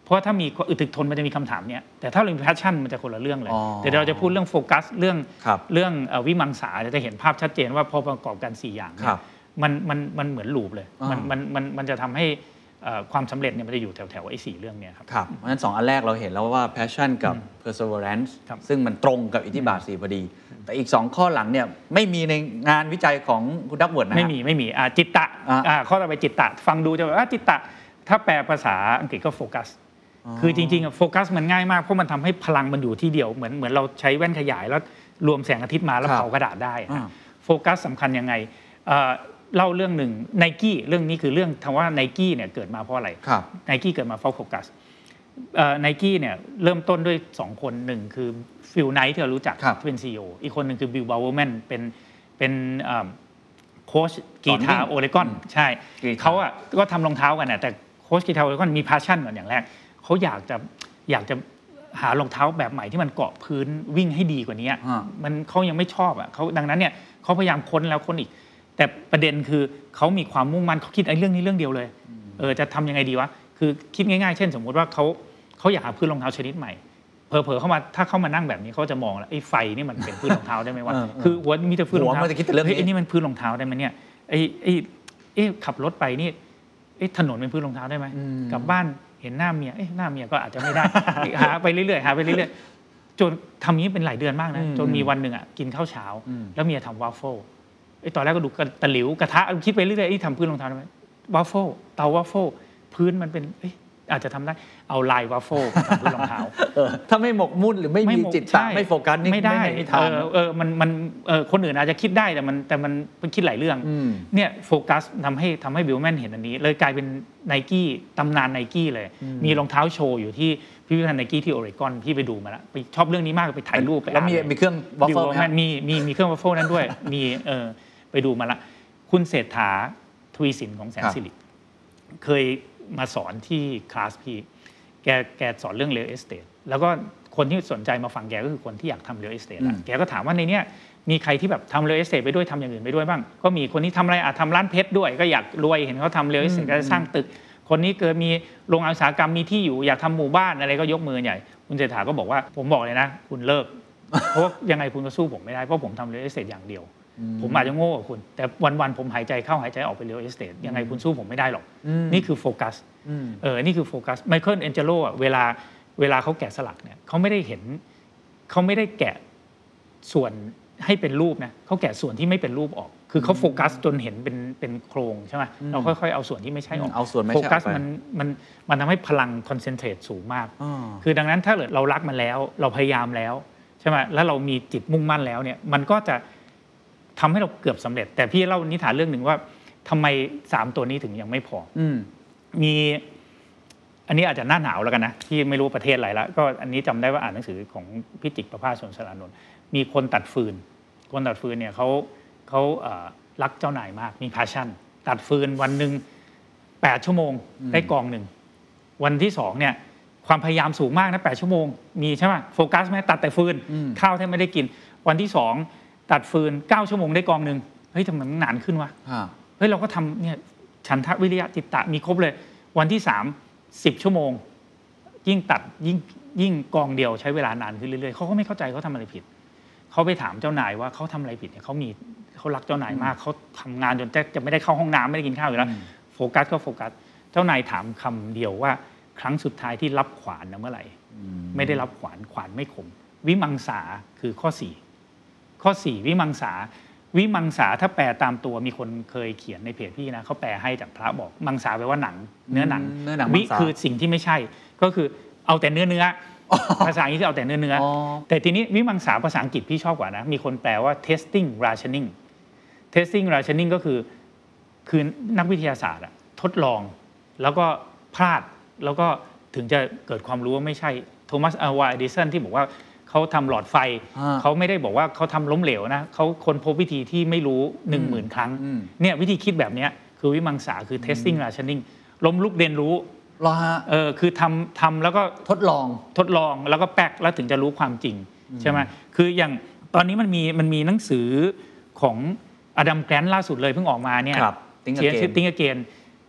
เพราะถ้ามีอึดถึกทนมันจะมีคำถามเนี้ยแต่ถ้าเรามี passion มันจะคนละเรื่องเลยแต่เราจะพูดเรื่องโฟกัสเรื่องเรื่องวิมังสาจะเห็นภาพชัดเจนว่าพอประกอบกันสี่อย่างเนี่ยมันมันมันเหมือนลูปเลยมันมันมันมันจะทำให้ความสำเร็จเนี่ยมันจะอยู่แถวๆไอ้สี่เรื่องเนี่ยครับครับเพราะฉะนั้นสองอันแรกเราเห็นแล้วว่า passion กับ perseverance ซึ่งมันตรงกับอิทธิบาทสี่พอดีแต่อีกสองข้อหลังเนี่ยไม่มีในงานวิจัยของคุณดักเวิร์ดนะไม่มีไม่มีจิตตะข้อต่อไปจิตตะฟังดูจะแบบว่าจิตตะถ้าแปลภาษาอังกฤษก็โฟกัสคือจริงๆโฟกัสมันง่ายมากเพราะมันทำให้พลังมันอยู่ที่เดียวเหมือนเหมือนเราใช้แว่นขยายแล้วรวมแสงอาทิตย์มาแล้วเผากระดาษได้โฟกัสสำคัญยังไงเล่าเรื่องหนึ่ง Nike เรื่องนี้คือเรื่องคำว่า Nike เนี่ยเกิดมาเพราะอะไร Nike เกิดมาเพราะโฟกัสไนกี้เนี่ยเริ่มต้นด้วยสองคนหนึ่งคือฟิลไนท์ที่เรารู้จักที่เป็น ซี อี โอ อีกคนหนึ่งคือบิล บาวเวอร์แมนเป็นเป็นโค้ชกีฬาโอเรกอนใช่เขาอ่ะก็ทำรองเท้ากันนะแต่โค้ชกีฬาโอเรกอนมีพาชั่นก่อนอย่างแรกเขาอยากจะอยากจะหารองเท้าแบบใหม่ที่มันเกาะพื้นวิ่งให้ดีกว่านี้มันเขายังไม่ชอบอ่ะเขาดังนั้นเนี่ยเขาพยายามค้นแล้วค้นอีกแต่ประเด็นคือเขามีความมุ่งมั่นเขาคิดไอ้เรื่องนี้เรื่องเดียวเลยเออจะทำยังไงดีวะคือคิดง่ายๆเช่นสมมติว่าเขาเขาอยากหาพื้นรองเท้าชนิดใหม่เผลอๆเข้ามาถ้าเข้ามานั่งแบบนี้เขาจะมองแล้วไอ้ไฟนี่มันเป็นพื้นรองเท้าได้ไหมวะคือหัวมีแต่พื้นรองเท้าเฮ้ยไอ้นี่มันพื้นรองเท้าได้ไหมเนี่ยไอ้ไอ้ไอ้ขับรถไปนี่ไอ้ถนนเป็นพื้นรองเท้าได้ไหมกลับบ้านเห็นหน้าเมียเอ้หน้าเมียก็อาจจะไม่ได้หาไปเรื่อยๆหาไปเรื่อยๆจนทำนี้เป็นหลายเดือนมากนะจนมีวันหนึ่งอ่ะกินข้าวเช้าแล้วเมียทำวาฟเฟิลไอ้ตอนแรกก็ดูตะหลิวกระทะคิดไปเรื่อยๆไอ้ทำพื้นรองเท้าได้ไหมวาฟเฟิลเตาวาฟเฟิลพื้นมันเป็นอาจจะทำได้เอาลายวาฟเฟิลทำพื้นรองเท้าถ้าไม่หมกมุ่นหรือไม่มีจิตตะไม่โฟกัสนี่ไม่ได้เออเออมันมันเออคนอื่นอาจจะคิดได้แต่มันแต่มันเป็นคิดหลายเรื่องเนี่ยโฟกัสทำให้ทำให้บิลแมนเห็นอันนี้เลยกลายเป็นไนกี้ตำนานไนกี้เลยมีรองเท้าโชว์อยู่ที่พิพิธภัณฑ์ไนกี้ที่โอเรกอนพี่ไปดูมาแล้วไปชอบเรื่องนี้มากไปถ่ายรูปไปแล้วมีมีเครื่องวาฟเฟิลไหมมีมีมีเครื่องวาฟเฟิลนั้นด้วยมีเออไปดูมาละคุณเศรษฐาทวีสินของแสนสิริเคยมาสอนที่คลาสพี่แกแกสอนเรื่อง real estate แล้วก็คนที่สนใจมาฟังแกก็คือคนที่อยากทำ real estate แกก็ถามว่าในเนี้ยมีใครที่แบบทำ real estate ไปด้วยทำอย่างอื่นไปด้วยบ้างก็มีคนที่ทำอะไรอาจทำร้านเพชรด้วยก็อยากรวยเห็นเขาทำ real estate ก็สร้างตึกคนนี้เกิดมีโรงงานอุตสาหกรรมมีที่อยู่อยากทำหมู่บ้านอะไรก็ยกมือใหญ่คุณเศรษฐาก็บอกว่าผมบอกเลยนะคุณเลิกเพราะยังไงคุณก็สู้ผมไม่ได้เพราะผมทำ real estate อย่างเดียวผมอาจจะโง่กว่าคุณแต่วันๆผมหายใจเข้าหายใจออกไป real estate ยังไงคุณสู้ผมไม่ได้หรอกนี่คือโฟกัสเออนี่คือโฟกัสไมเคิลแองเจโลอ่ะเวลาเวลาเขาแกะสลักเนี่ยเขาไม่ได้เห็นเขาไม่ได้แกะส่วนให้เป็นรูปนะเขาแกะส่วนที่ไม่เป็นรูปออกคือเขาโฟกัสจนเห็นเป็นเป็นโครงใช่ไหมเราค่อยๆเอาส่วนที่ไม่ใช่ออกเอาส่วนไม่ใช่โฟกัสมันมันมันทำให้พลังคอนเซนเทรตสูงมากคือดังนั้นถ้าเรารักมันแล้วเราพยายามแล้วใช่ไหมแล้วเรามีจิตมุ่งมั่นแล้วเนี่ยมันก็จะทำให้เราเกือบสำเร็จแต่พี่เล่านิทานเรื่องหนึ่งว่าทำไมสามตัวนี้ถึงยังไม่พอมีอันนี้อาจจะหน้าหนาวแล้วกันนะที่ไม่รู้ประเทศอะไรแล้วก็อันนี้จำได้ว่าอ่านหนังสือของพิจิตรประภาสชนสารานนท์มีคนตัดฟืนคนตัดฟืนเนี่ยเขาเขารักเจ้านายมากมี passion ตัดฟืนวันหนึ่งแปดชั่วโมงได้กองหนึ่งวันที่สองเนี่ยความพยายามสูงมากนะแปดชั่วโมงมีใช่ไหมโฟกัสไหมตัดแต่ฟืนข้าวแทบไม่ได้กินวันที่สองตัดฟืนเก้าชั่วโมงได้กองหนึ่งเฮ้ยทำไมมันนานขึ้นวะเฮ้ยเราก็ทำเนี่ยฉันทะวิริยะจิตตะมีครบเลยวันที่สามสิบชั่วโมงยิ่งตัดยิ่งยิ่งกองเดียวใช้เวลานานขึ้นเรื่อยๆเขาก็ไม่เข้าใจเขาทำอะไรผิดเขาไปถามเจ้านายว่าเขาทำอะไรผิดเนี่ยเขามีเขารักเจ้านายมากเขาทำงานจนแทบจะไม่ได้เข้าห้องน้ำไม่ได้กินข้าวอยู่แล้วโฟกัสก็โฟกัสเจ้านายถามคำเดียวว่าครั้งสุดท้ายที่รับขวานนะเมื่อไหร่ไม่ได้รับขวานขวานไม่คมวิมังสาคือข้อสี่ข้อสี่วิมังสาวิมังสาถ้าแปลตามตัวมีคนเคยเขียนในเพจพี่นะเขาแปลให้จากพระบอกมังสาแปลว่าหนังเนื้อหนังวิคือสิ่งที่ไม่ใช่ก็คือเอาแต่เนื้อเนื้อภาษาอังกฤษเอาแต่เนื้อเนื้อแต่ทีนี้วิมังสาภาษาอังกฤษพี่ชอบกว่านะมีคนแปลว่า testing rationing testing rationing ก็คือคือนักวิทยาศาสตร์ทดลองแล้วก็พลาดแล้วก็ถึงจะเกิดความรู้ว่าไม่ใช่โทมัสอัลวาเอดิสันที่บอกว่าเขาทำหลอดไฟเขาไม่ได้บอกว่าเขาทำล้มเหลวนะเขาค้นพบวิธีที่ไม่รู้หนึ่งหมื่นครั้งเนี่ยวิธีคิดแบบนี้คือวิมังสาคือ testing rationing ล้มลุกเรียนรู้เออคือทำทำแล้วก็ทดลองทดลองแล้วก็แป๊กแล้วถึงจะรู้ความจริงใช่ไหมคืออย่างตอนนี้มันมีมันมีหนังสือของอดัมแกรนท์ล่าสุดเลยเพิ่งออกมาเนี่ยเขียนชื่อ Think Again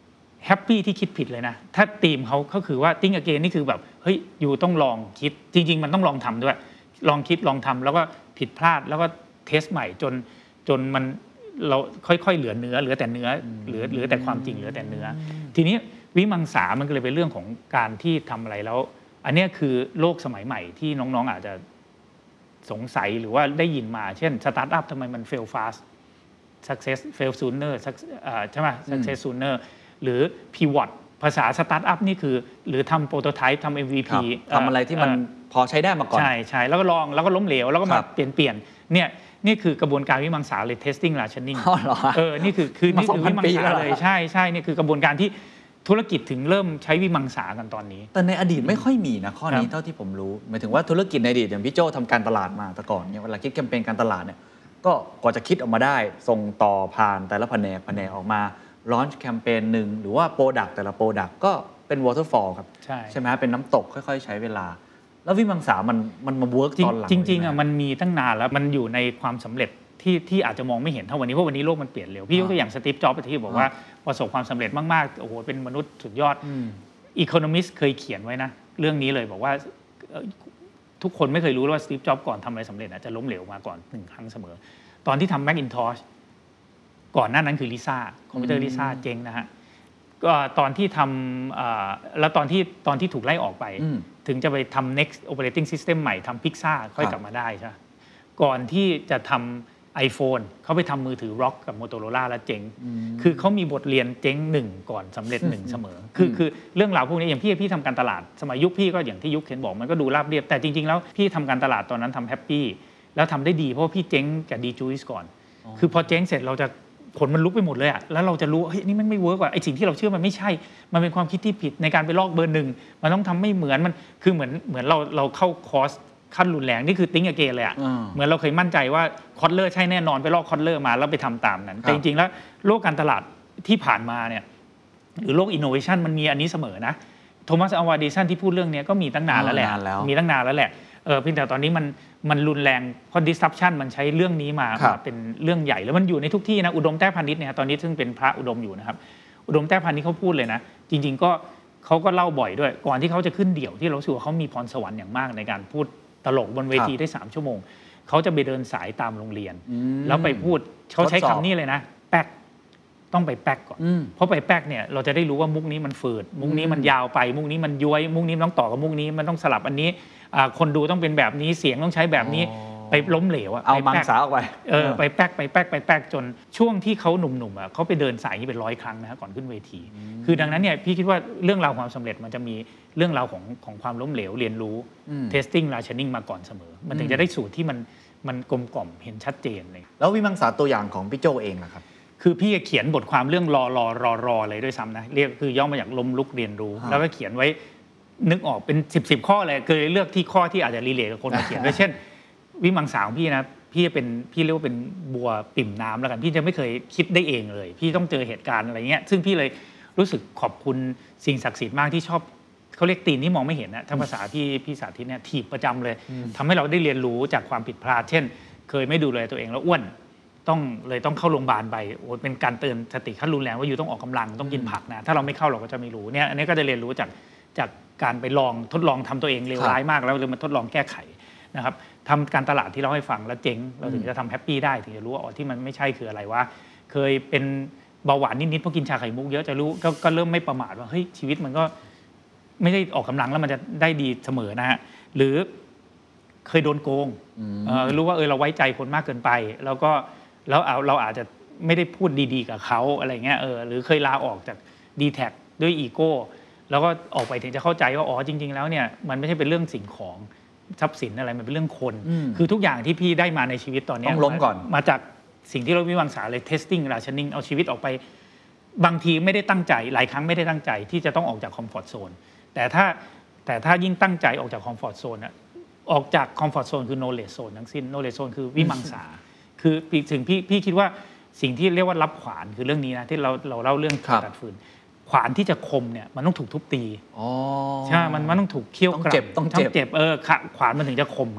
แฮปปี้ที่คิดผิดเลยนะถ้าธีมเขาก็คือว่า think again นี่คือแบบเฮ้ยอยู่ต้องลองคิดจริงๆมันต้องลองทำด้วยลองคิดลองทำแล้วก็ผิดพลาดแล้วก็เทสใหม่จนจนมันเราค่อยๆเหลือเนื้อเหลือแต่เนื้อเหลือเหลือแต่ความจริงเหลือแต่เนื้อทีนี้วิมังสามันก็เลยเป็นเรื่องของการที่ทำอะไรแล้วอันนี้คือโลกสมัยใหม่ที่น้องๆอาจจะสงสัยหรือว่าได้ยินมาเช่นสตาร์ทอัพทำไมมัน fail fast success fail sooner ใช่ไหม success sooner หรือ pivot ภาษาสตาร์ทอัพนี่คือหรือทำโปรโตไทป์ทำ เอ็ม วี พีทำอะไรที่มันพอใช้ได้มาก่อนใช่ใช่แล้วก็ลองแล้วก็ล้มเหลวแล้วก็มาเปลี่ยนเปลี่ยนเนี่ยนี่คือกระบวนการวิมังสาเลย testing rationing อ๋อเหรอเออนี่คือคือนี่คือวิมังสาเลยใช่ใช่นี่คือกระบวนการที่ธุรกิจถึงเริ่มใช้วิมังสากันตอนนี้แต่ในอดีตไม่ค่อยมีนะข้อนี้เท่าที่ผมรู้หมายถึงว่าธุรกิจในอดีตอย่างพี่โจทำการตลาดมาแต่ก่อนเนี่ยเวลาคิดแคมเปญการตลาดเนี่ยก็กว่าจะคิดออกมาได้ส่งต่อผ่านแต่ละแผนกแผนกออกมาลอนช์แคมเปญหนึ่งหรือว่าโปรดักต์แต่ละโปรดักต์ก็เป็น waterfall ครับใช่ใช่ไหมเป็นน้ำตกค่อยๆใช้เวลาแล้ววิมังสามันมันมาเวิร์กตอนหลังจริงๆอ่ะมันมีตั้งนานแล้วมันอยู่ในความสำเร็จที่ที่อาจจะมองไม่เห็นเท่าวันนี้เพราะวันนี้โลกมันเปลี่ยนเร็วพี่ยกตัวอย่างสตีฟจ็อบส์ที่บอกว่าประสบความสำเร็จมากๆโอ้โหเป็นมนุษย์สุดยอดอีโคโนมิสเคยเขียนไว้นะเรื่องนี้เลยบอกว่าทุกคนไม่เคยรู้ว่าสตีฟจ็อบส์ก่อนทำอะไรสำเร็จจะล้มเหลวมาก่อนหนึ่งครั้งเสมอตอนที่ทำ Macintosh ก่อนหน้านั้นคือลิซ่าคอมพิวเตอร์ลิซ่าเจ๊งนะฮะก็ตอนที่ทำแล้วตอนที่ตอนที่ถูกไล่ออกไปถึงจะไปทำ next operating system ใหม่ทำ Pixar ค่อยกลับมาได้ใช่ก่อนที่จะทำ iPhone เขาไปทำมือถือ Rock กับ Motorola แล้วเจ๊งคือเขามีบทเรียนเจ๊งหนึ่งก่อนสำเร็จหนึ่งเสมอคือคือเรื่องราวพวกนี้อย่างพี่พี่ทำการตลาดสมัยยุคพี่ก็อย่างที่ยุคเคนบอกมันก็ดูราบเรียบแต่จริงๆแล้วพี่ทำการตลาดตอนนั้นทำแฮปปี้แล้วทำได้ดีเพราะว่าพี่เจ๊งกับ ดี Juice ก่อนคือพอเจ๊งเสร็จเราจะผลมันลุกไปหมดเลยอะแล้วเราจะรู้เฮ้ยนี่มันไม่เวิร์กว่ะไอ้สิ่งที่เราเชื่อมันไม่ใช่มันเป็นความคิดที่ผิดในการไปลอกเบอร์หนึ่งมันต้องทำไม่เหมือนมันคือเหมือนเหมือนเราเราเข้าคอร์สขั้นรุนแรงนี่คือติ้งอเกนเลยอะเหมือนเราเคยมั่นใจว่าคอตเลอร์ใช่แน่นอนไปลอกคอตเลอร์มาแล้วไปทำตามนั้นแต่จริงๆแล้วโลกการตลาดที่ผ่านมาเนี่ยหรือโลกอินโนเวชันมันมีอันนี้เสมอนะโทมัสอัลวาเดสันที่พูดเรื่องนี้ก็มีตั้งนานแล้วแหละมีตั้งนานแล้วแหละเออเพียงแต่ตอนนี้มันมันรุนแรงเพราะ disruption มันใช้เรื่องนี้มาเป็นเรื่องใหญ่แล้วมันอยู่ในทุกที่นะอุดมแต้พานิชเนี่ยตอนนี้ซึ่งเป็นพระอุดมอยู่นะครับอุดมแต้พานิชเขาพูดเลยนะจริงๆก็เขาก็เล่าบ่อยด้วยก่อนที่เขาจะขึ้นเดี่ยวที่เราสึกว่าเขามีพรสวรรค์อย่างมากในการพูดตลกบนเวทีได้สามชั่วโมงเขาจะไปเดินสายตามโรงเรียนแล้วไปพูดเขาใช้คำนี้เลยนะแป๊กต้องไปแป๊กก่อนเพราะไปแป๊กเนี่ยเราจะได้รู้ว่ามุกนี้มันฝืดมุกนี้มันยาวไปมุกนี้มันย้วยมุกนี้มันต้องต่อกับมุกนี้มันต้องสลับอันนี้คนดูต้องเป็นแบบนี้เสียงต้องใช้แบบนี้ไปล้มเหลวอะเอามังสาออกไปเออไปแป๊กไปแป๊กไปแป๊กจนช่วงที่เขาหนุ่มๆอะเขาไปเดินสายนี้เป็นร้อยครั้งนะฮะก่อนขึ้นเวทีคือดังนั้นเนี่ยพี่คิดว่าเรื่องราวความสำเร็จมันจะมีเรื่องราวของของความล้มเหลวเรียนรู้ testing rationing มาก่อนเสมอมันถึงจะได้สูตรที่มันมันกลมกล่อมเห็นชัดเจนเลยแล้ววิมังสาตัวอย่างของพี่โจเองนะครับคือพี่เขียนบทความเรื่องรอรอรอรอเลยด้วยซ้ำนะเรียกคือย่อมาจากล้มลุกเรียนรู้แล้วก็เขียนไว้นึกออกเป็นสิบ สิบข้อเลยเคยเลือกที่ข้อที่อาจจะรีเลทกับคนมาเขียนด้วยเช่นวิมังสาของพี่นะพี่เป็นพี่เรียกว่าเป็นบัวปิ่มน้ำแล้วกันพี่จะไม่เคยคิดได้เองเลยพี่ต้องเจอเหตุการณ์อะไรเงี้ยซึ่งพี่เลยรู้สึกขอบคุณสิ่งศักดิ์สิทธิ์มากที่ชอบเขาเรียกตีนที่มองไม่เห็นนะถ้าภาษาพี่พี่สาธิตเนี่ยถีบประจำเลยทำให้เราได้เรียนรู้จากความผิดพลาดเช่นเคยไม่ดูแลตัวเองแล้วอ้วนต้องเลยต้องเข้าโรงพยาบาลไปโอ้เป็นการเตือนสติขั้นรุนแรงว่าอยู่ต้องออกกำลังต้องกินผักนะถ้าเราไม่เข้าเราก็จะไม่รู้เนี่ยอันนี้ก็จะเรียนรู้จากจากการไปลองทดลองทำตัวเองเลวร้ายมากแล้วเลยมาทดลองแก้ไขนะครับทำการตลาดที่เราให้ฟังแล้วเจ๊งเราถึงจะทำแฮปปี้ได้ถึงจะรู้ว่าอ๋อที่มันไม่ใช่คืออะไรว่าเคยเป็นเบาหวานนิดๆเพราะกินชาไข่มุกเยอะจะรู้ก็ก็เริ่มไม่ประมาทว่าเฮ้ยชีวิตมันก็ไม่ได้ออกกำลังแล้วมันจะได้ดีเสมอนะฮะหรือเคยโดนโกงรู้ว่าเออเราไว้ใจคนมากเกินไปแล้วก็แล้วเอาเราอาจจะไม่ได้พูดดีๆกับเขาอะไรเงี้ยเออหรือเคยลาออกจาก ดี แท็ก ด้วยอีโก้แล้วก็ออกไปถึงจะเข้าใจว่าอ๋อจริงๆแล้วเนี่ยมันไม่ใช่เป็นเรื่องสิ่งของทรัพย์สินอะไรมันเป็นเรื่องคนคือทุกอย่างที่พี่ได้มาในชีวิตตอนนี้ต้องล้มก่อนมาจากสิ่งที่เราวิมังสาเลย testing rationing เอาชีวิตออกไปบางทีไม่ได้ตั้งใจหลายครั้งไม่ได้ตั้งใจที่จะต้องออกจากคอมฟอร์ตโซนแต่ถ้าแต่ถ้ายิ่งตั้งใจออกจากคอมฟอร์ตโซนอะออกจากคอมฟอร์ตโซนคือ knowledge zone ทั้งสิ้น knowledge zone คือวิมังสาคือถึงพี่พี่คิดว่าสิ่งที่เรียกว่ารับขวานคือเรื่องนี้นะที่เราเราเล่าเรื่องตัดฟืนขวานที่จะคมเนี่ยมันต้องถูกทุบตีใช่มันมันต้องถูกเคี่ยวกรับต้องเจ็บต้องเจ็บเออขวานมันถึงจะคมไง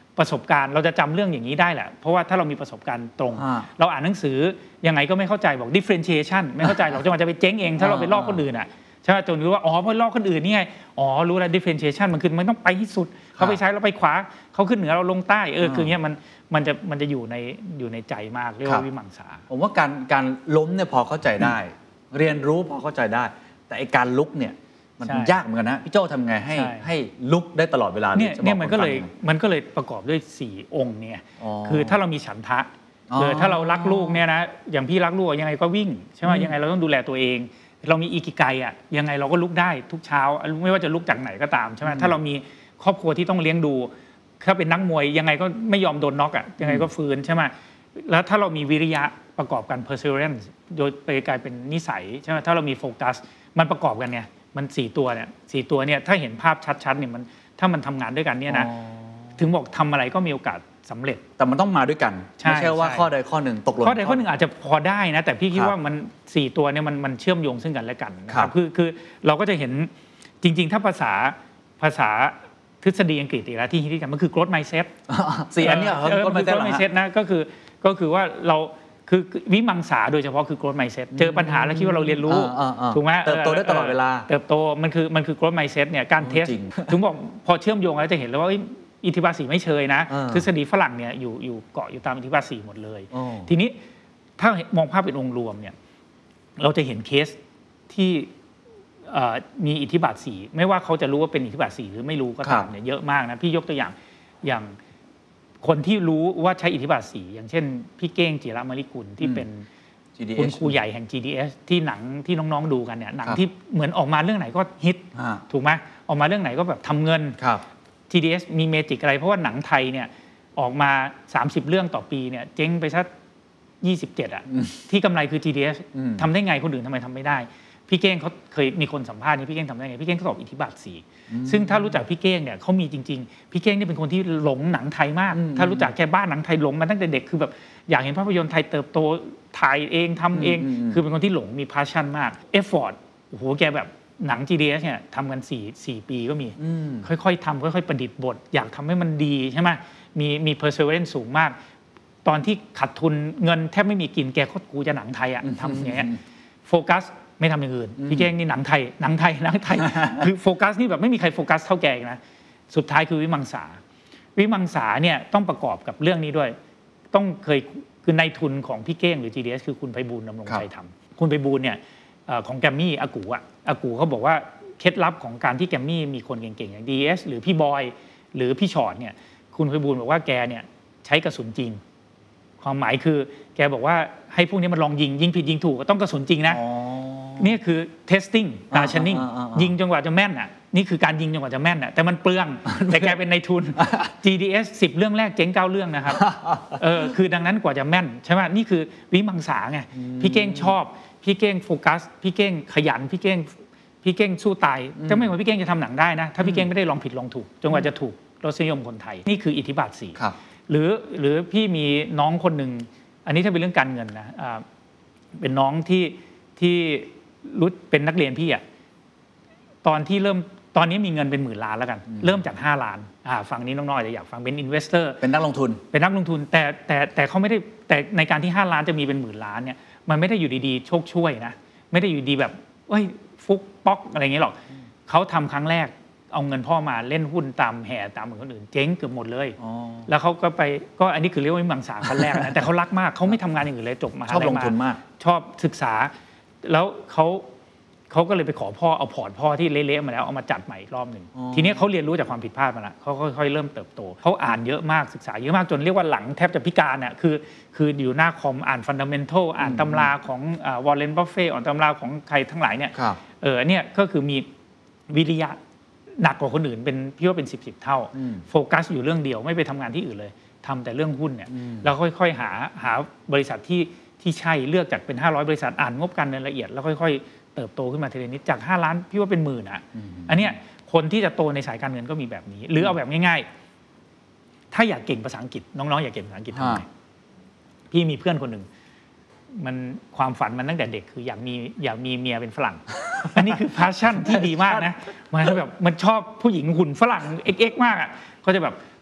ประสบการณ์เราจะจำเรื่องอย่างนี้ได้แหละเพราะว่าถ้าเรามีประสบการณ์ตรงเราอ่านหนังสือยังไงก็ไม่เข้าใจบอก differentiation ไม่เข้าใจหรอกจนกว่าจะไปเจ๊งเองถ้าเราไปลอกคนอื่นอ่ะใช่ไหมจนรู้ว่าอ๋อเพราะลอกคนอื่นนี่ไงอ๋อรู้แล้ว differentiation มันคือมันต้องไปที่สุดเขาไปใช้เราไปขวาเขาขึ้นเหนือเราลงใต้เออคือเงี้ยมันมันจะมันจะอยู่ในอยู่ในใจมากเรียกว่าวิมังสาผมว่าการการล้มเนี่ยพอเข้าใจได้เรียนรู้พอเข้าใจได้แต่ไอ้การลุกเนี่ยมันยากเหมือนกันนะพี่โจ้ทำไงให้ให้ลุกได้ตลอดเวลาเนี่ยเนี่ยมันก็เลยมันก็เลยประกอบด้วยสี่องค์เนี่ยคือถ้าเรามีฉันทะคือถ้าเรารักลูกเนี่ยนะอย่างพี่รักลูกยังไงก็วิ่งใช่ไหมยังไงเราต้องดูแลตัวเองเรามีอิกิไกอ่ะยังไงเราก็ลุกได้ทุกเช้าไม่ว่าจะลุกจากไหนก็ตามใช่ไหมถ้าเรามีครอบครัวที่ต้องเลี้ยงดูถ้าเป็นนักมวยยังไงก็ไม่ยอมโดนน็อกอ่ะยังไงก็ฟื้นใช่ไหมแล้วถ้าเรามีวิริยะประกอบกัน perseverance โดยไปกลายเป็นนิสัยใช่ไหมถ้าเรามีโฟกัสมันประกอบกันเนี่ยมันสี่ตัวเนี่ยสี่ตัวเนี่ยถ้าเห็นภาพชัดๆเนี่ยมันถ้ามันทำงานด้วยกันเนี่ยนะถึงบอกทำอะไรก็มีโอกาสสำเร็จแต่มันต้องมาด้วยกันไม่ใช่ว่าข้อใดข้อหนึ่งตกหล่นข้อใดข้อหนึ่งอาจจะพอได้นะแต่พี่คิดว่ามันสี่ตัวเนี่ยมันมันเชื่อมโยงซึ่งกันและกันนะครับคือคือเราก็จะเห็นจริงๆถ้าภาษาภาษาทฤษฎีอังกฤษอีกแล้วที่ฮิตกันมันคือ growth mindset สี่อันเนี่ย growth mindset นะก็คือก็คือว่าเราคือวิมังสาโดยเฉพาะคือ growth mindset เจอปัญหาแล้วคิดว่าเราเรียนรู้ถูกไหมเติบโตได้ตลอดเวลาเติบโตมันคือมันคือ growth mindset เนี่ยการเทสถึงบอกพอเชื่อมโยงแล้วจะเห็นแล้วว่าอิทธิบาทสี่ไม่เชยนะทฤษฎีฝรั่งเนี่ยอยู่อยู่เกาะอยู่ตามอิทธิบาทสี่หมดเลยทีนี้ถ้ามองภาพเป็นองค์รวมเนี่ยเราจะเห็นเคสที่มีอิทธิบาทสี่ไม่ว่าเขาจะรู้ว่าเป็นอิทธิบาทสี่หรือไม่รู้ก็ตามเนี่ยเยอะมากนะพี่ยกตัวอย่างอย่างคนที่รู้ว่าใช้อิทธิบาทสี่อย่างเช่นพี่เก้งจิรมลิกุลที่เป็นคุณครูใหญ่แห่ง จี ดี เอส ที่หนังที่น้องๆดูกันเนี่ยหนังที่เหมือนออกมาเรื่องไหนก็ฮิตถูกไหมออกมาเรื่องไหนก็แบบทำเงิน จี ดี เอส มีเมจิกอะไรเพราะว่าหนังไทยเนี่ยออกมาสามสิบเรื่องต่อปีเนี่ยเจ๊งไปสักยี่สิบเจ็ดอ่ะที่กำไรคือ จี ดี เอส ทำได้ไงคนอื่นทำไมทำไม่ได้พี่เก้งเขาเคยมีคนสัมภาษณ์นี่พี่เก้งทำได้ไงพี่เก้งเขาตอบอิทธิบาทสี่ซึ่งถ้ารู้จักพี่เก้งเนี่ยเขามีจริงๆพี่เก้งนี่เป็นคนที่หลงหนังไทยมากถ้ารู้จักแค่บ้านหนังไทยหลงมาตั้งแต่เด็กคือแบบอยากเห็นภาพยนตร์ไทยเติบโตถ่ายเองทำเองคือเป็นคนที่หลงมีพาชั่นมากเอฟฟอร์ตโอ้โหแกแบบหนัง จี ดี เอส เนี่ยทำกันสี่ สี่ปีก็มีค่อยๆทำค่อยๆประดิษฐ์บทอยากทำให้มันดีใช่ไหมมีมี perseverance สูงมากตอนที่ขาดทุนเงินแทบไม่มีกินแกก็กูจะหนังไทยอ่ะทำอย่างเงี้ยโฟกัสไม่ทำอย่างอื่นพี่เก้งนี่หนังไทยหนังไทยหนังไทยคือโฟกัสนี่แบบไม่มีใครโฟกัสเท่าแกนะสุดท้ายคือวิมังสาวิมังสาเนี่ยต้องประกอบกับเรื่องนี้ด้วยต้องเคยคือในทุนของพี่เก้งหรือ จี ดี เอส คือคุณไพบูลย์ดำรงชัยธรรมคุณไพบูลย์เนี่ยของแกรมมี่อากูอ่ะอากูเขาบอกว่าเคล็ดลับของการที่แกรมมี่มีคนเก่งๆอย่าง ดี เอส หรือพี่บอยหรือพี่ชอตเนี่ยคุณไพบูลย์บอกว่าแกเนี่ยใช้กระสุนจริงความหมายคือแกบอกว่าให้พวกนี้มันลองยิงยิงผิดยิงถูกก็ต้องกระสุนจริงนะนี่คือ testing ตาชันนิ่งยิงจนกว่าจะแม่นอ่ะนี่คือการยิงจนกว่าจะแม่นอ่ะแต่มันเปลืองแต่แกเป็นในทุน จี ดี เอส สิบเรื่องแรกเจ๊งเก้าเรื่องนะครับเออคือดังนั้นกว่าจะแม่นใช่ไหมนี่คือวิมังสาไงพี่เก้งชอบพี่เก้งโฟกัสพี่เก้งขยันพี่เก้งพี่เก้งสู้ตายแต่ไม่ว่าพี่เก้งจะทำหนังได้นะถ้าพี่เก้งไม่ได้ลองผิดลองถูกจนกว่าจะถูกรสนิยมคนไทยนี่คืออิทธิบาทสี่หรือหรือพี่มีน้องคนหนึ่งอันนี้ถ้าเป็นเรื่องการเงินนะเป็นน้องที่ที่รู้เป็นนักเรียนพี่อ่ะตอนที่เริ่มตอนนี้มีเงินเป็นหมื่นล้านแล้วกันเริ่มจากห้าล้านอ่าฝั่งนี้น้องๆอาจจะอยากฟังเป็นอินเวสเตอร์เป็นนักลงทุนเป็นนักลงทุนแต่แต่แต่เขาไม่ได้แต่ในการที่ห้าล้านจะมีเป็นหมื่นล้านเนี่ยมันไม่ได้อยู่ดีๆโชคช่วยนะไม่ได้อยู่ดีแบบเอ้ยฟุกป๊อกอะไรอย่างเงี้ยหรอกเขาทำครั้งแรกเอาเงินพ่อมาเล่นหุ้นตามแห่ตามเหมือนคนอื่นเจ๊งเกือบหมดเลยแล้วเขาก็ไปก็อันนี้คือเรียกว่าวิมังสาขั้นแรกนะแต่เขารักมากเขาไม่ทำงานอย่างอื่นเลยจบมหาลัยมาชอบลงทุนมากชอบศึกษาแล้วเขาเขาก็เลยไปขอพ่อเอาพอร์ตพ่อที่เละๆมาแล้วเอามาจัดใหม่อีกรอบหนึ่งทีนี้เขาเรียนรู้จากความผิดพลาดมาแล้วเขาค่อยๆเริ่มเติบโตเขาอ่านเยอะมากศึกษาเยอะมากจนเรียกว่าหลังแทบจะพิการน่ะคือคืออยู่หน้าคอมอ่านฟันดัมเมนทัลอ่านตำราของวอร์เรน บัฟเฟตต์อ่านตำราของใครทั้งหลายเนี่ยเออเนี่ยก็คือมีวิริยะหนักกว่าคนอื่นเป็นพี่ว่าเป็นสิบสิบเท่าโฟกัสอยู่เรื่องเดียวไม่ไปทำงานที่อื่นเลยทำแต่เรื่องหุ้นเนี่ยแล้วค่อยๆหาหาบริษัทที่ที่ใช่เลือกจากเป็นห้าร้อยบริษัทอ่านงบการเงินละเอียดแล้วค่อยๆเติบโตขึ้นมาทีละนิดจากห้าล้านพี่ว่าเป็นหมื่นอ่ะอันเนี้ยคนที่จะโตในสายการเงินก็มีแบบนี้หรือเอาแบบง่ายๆถ้าอยากเก่งภาษาอังกฤษน้องๆอยากเก่งภาษาอังกฤษทำไงพี่มีเพื่อนคนหนึ่งมันความฝันมันตั้งแต่เด็กคืออยากมีอยากมีเมียเป็นฝรั่ง อันนี้คือพาชั่นที่ดีมากนะมันแบบมันชอบผู้หญิงหุ่นฝรั่งเอ็กเอ็กมากอ่ะเขาจะแบบ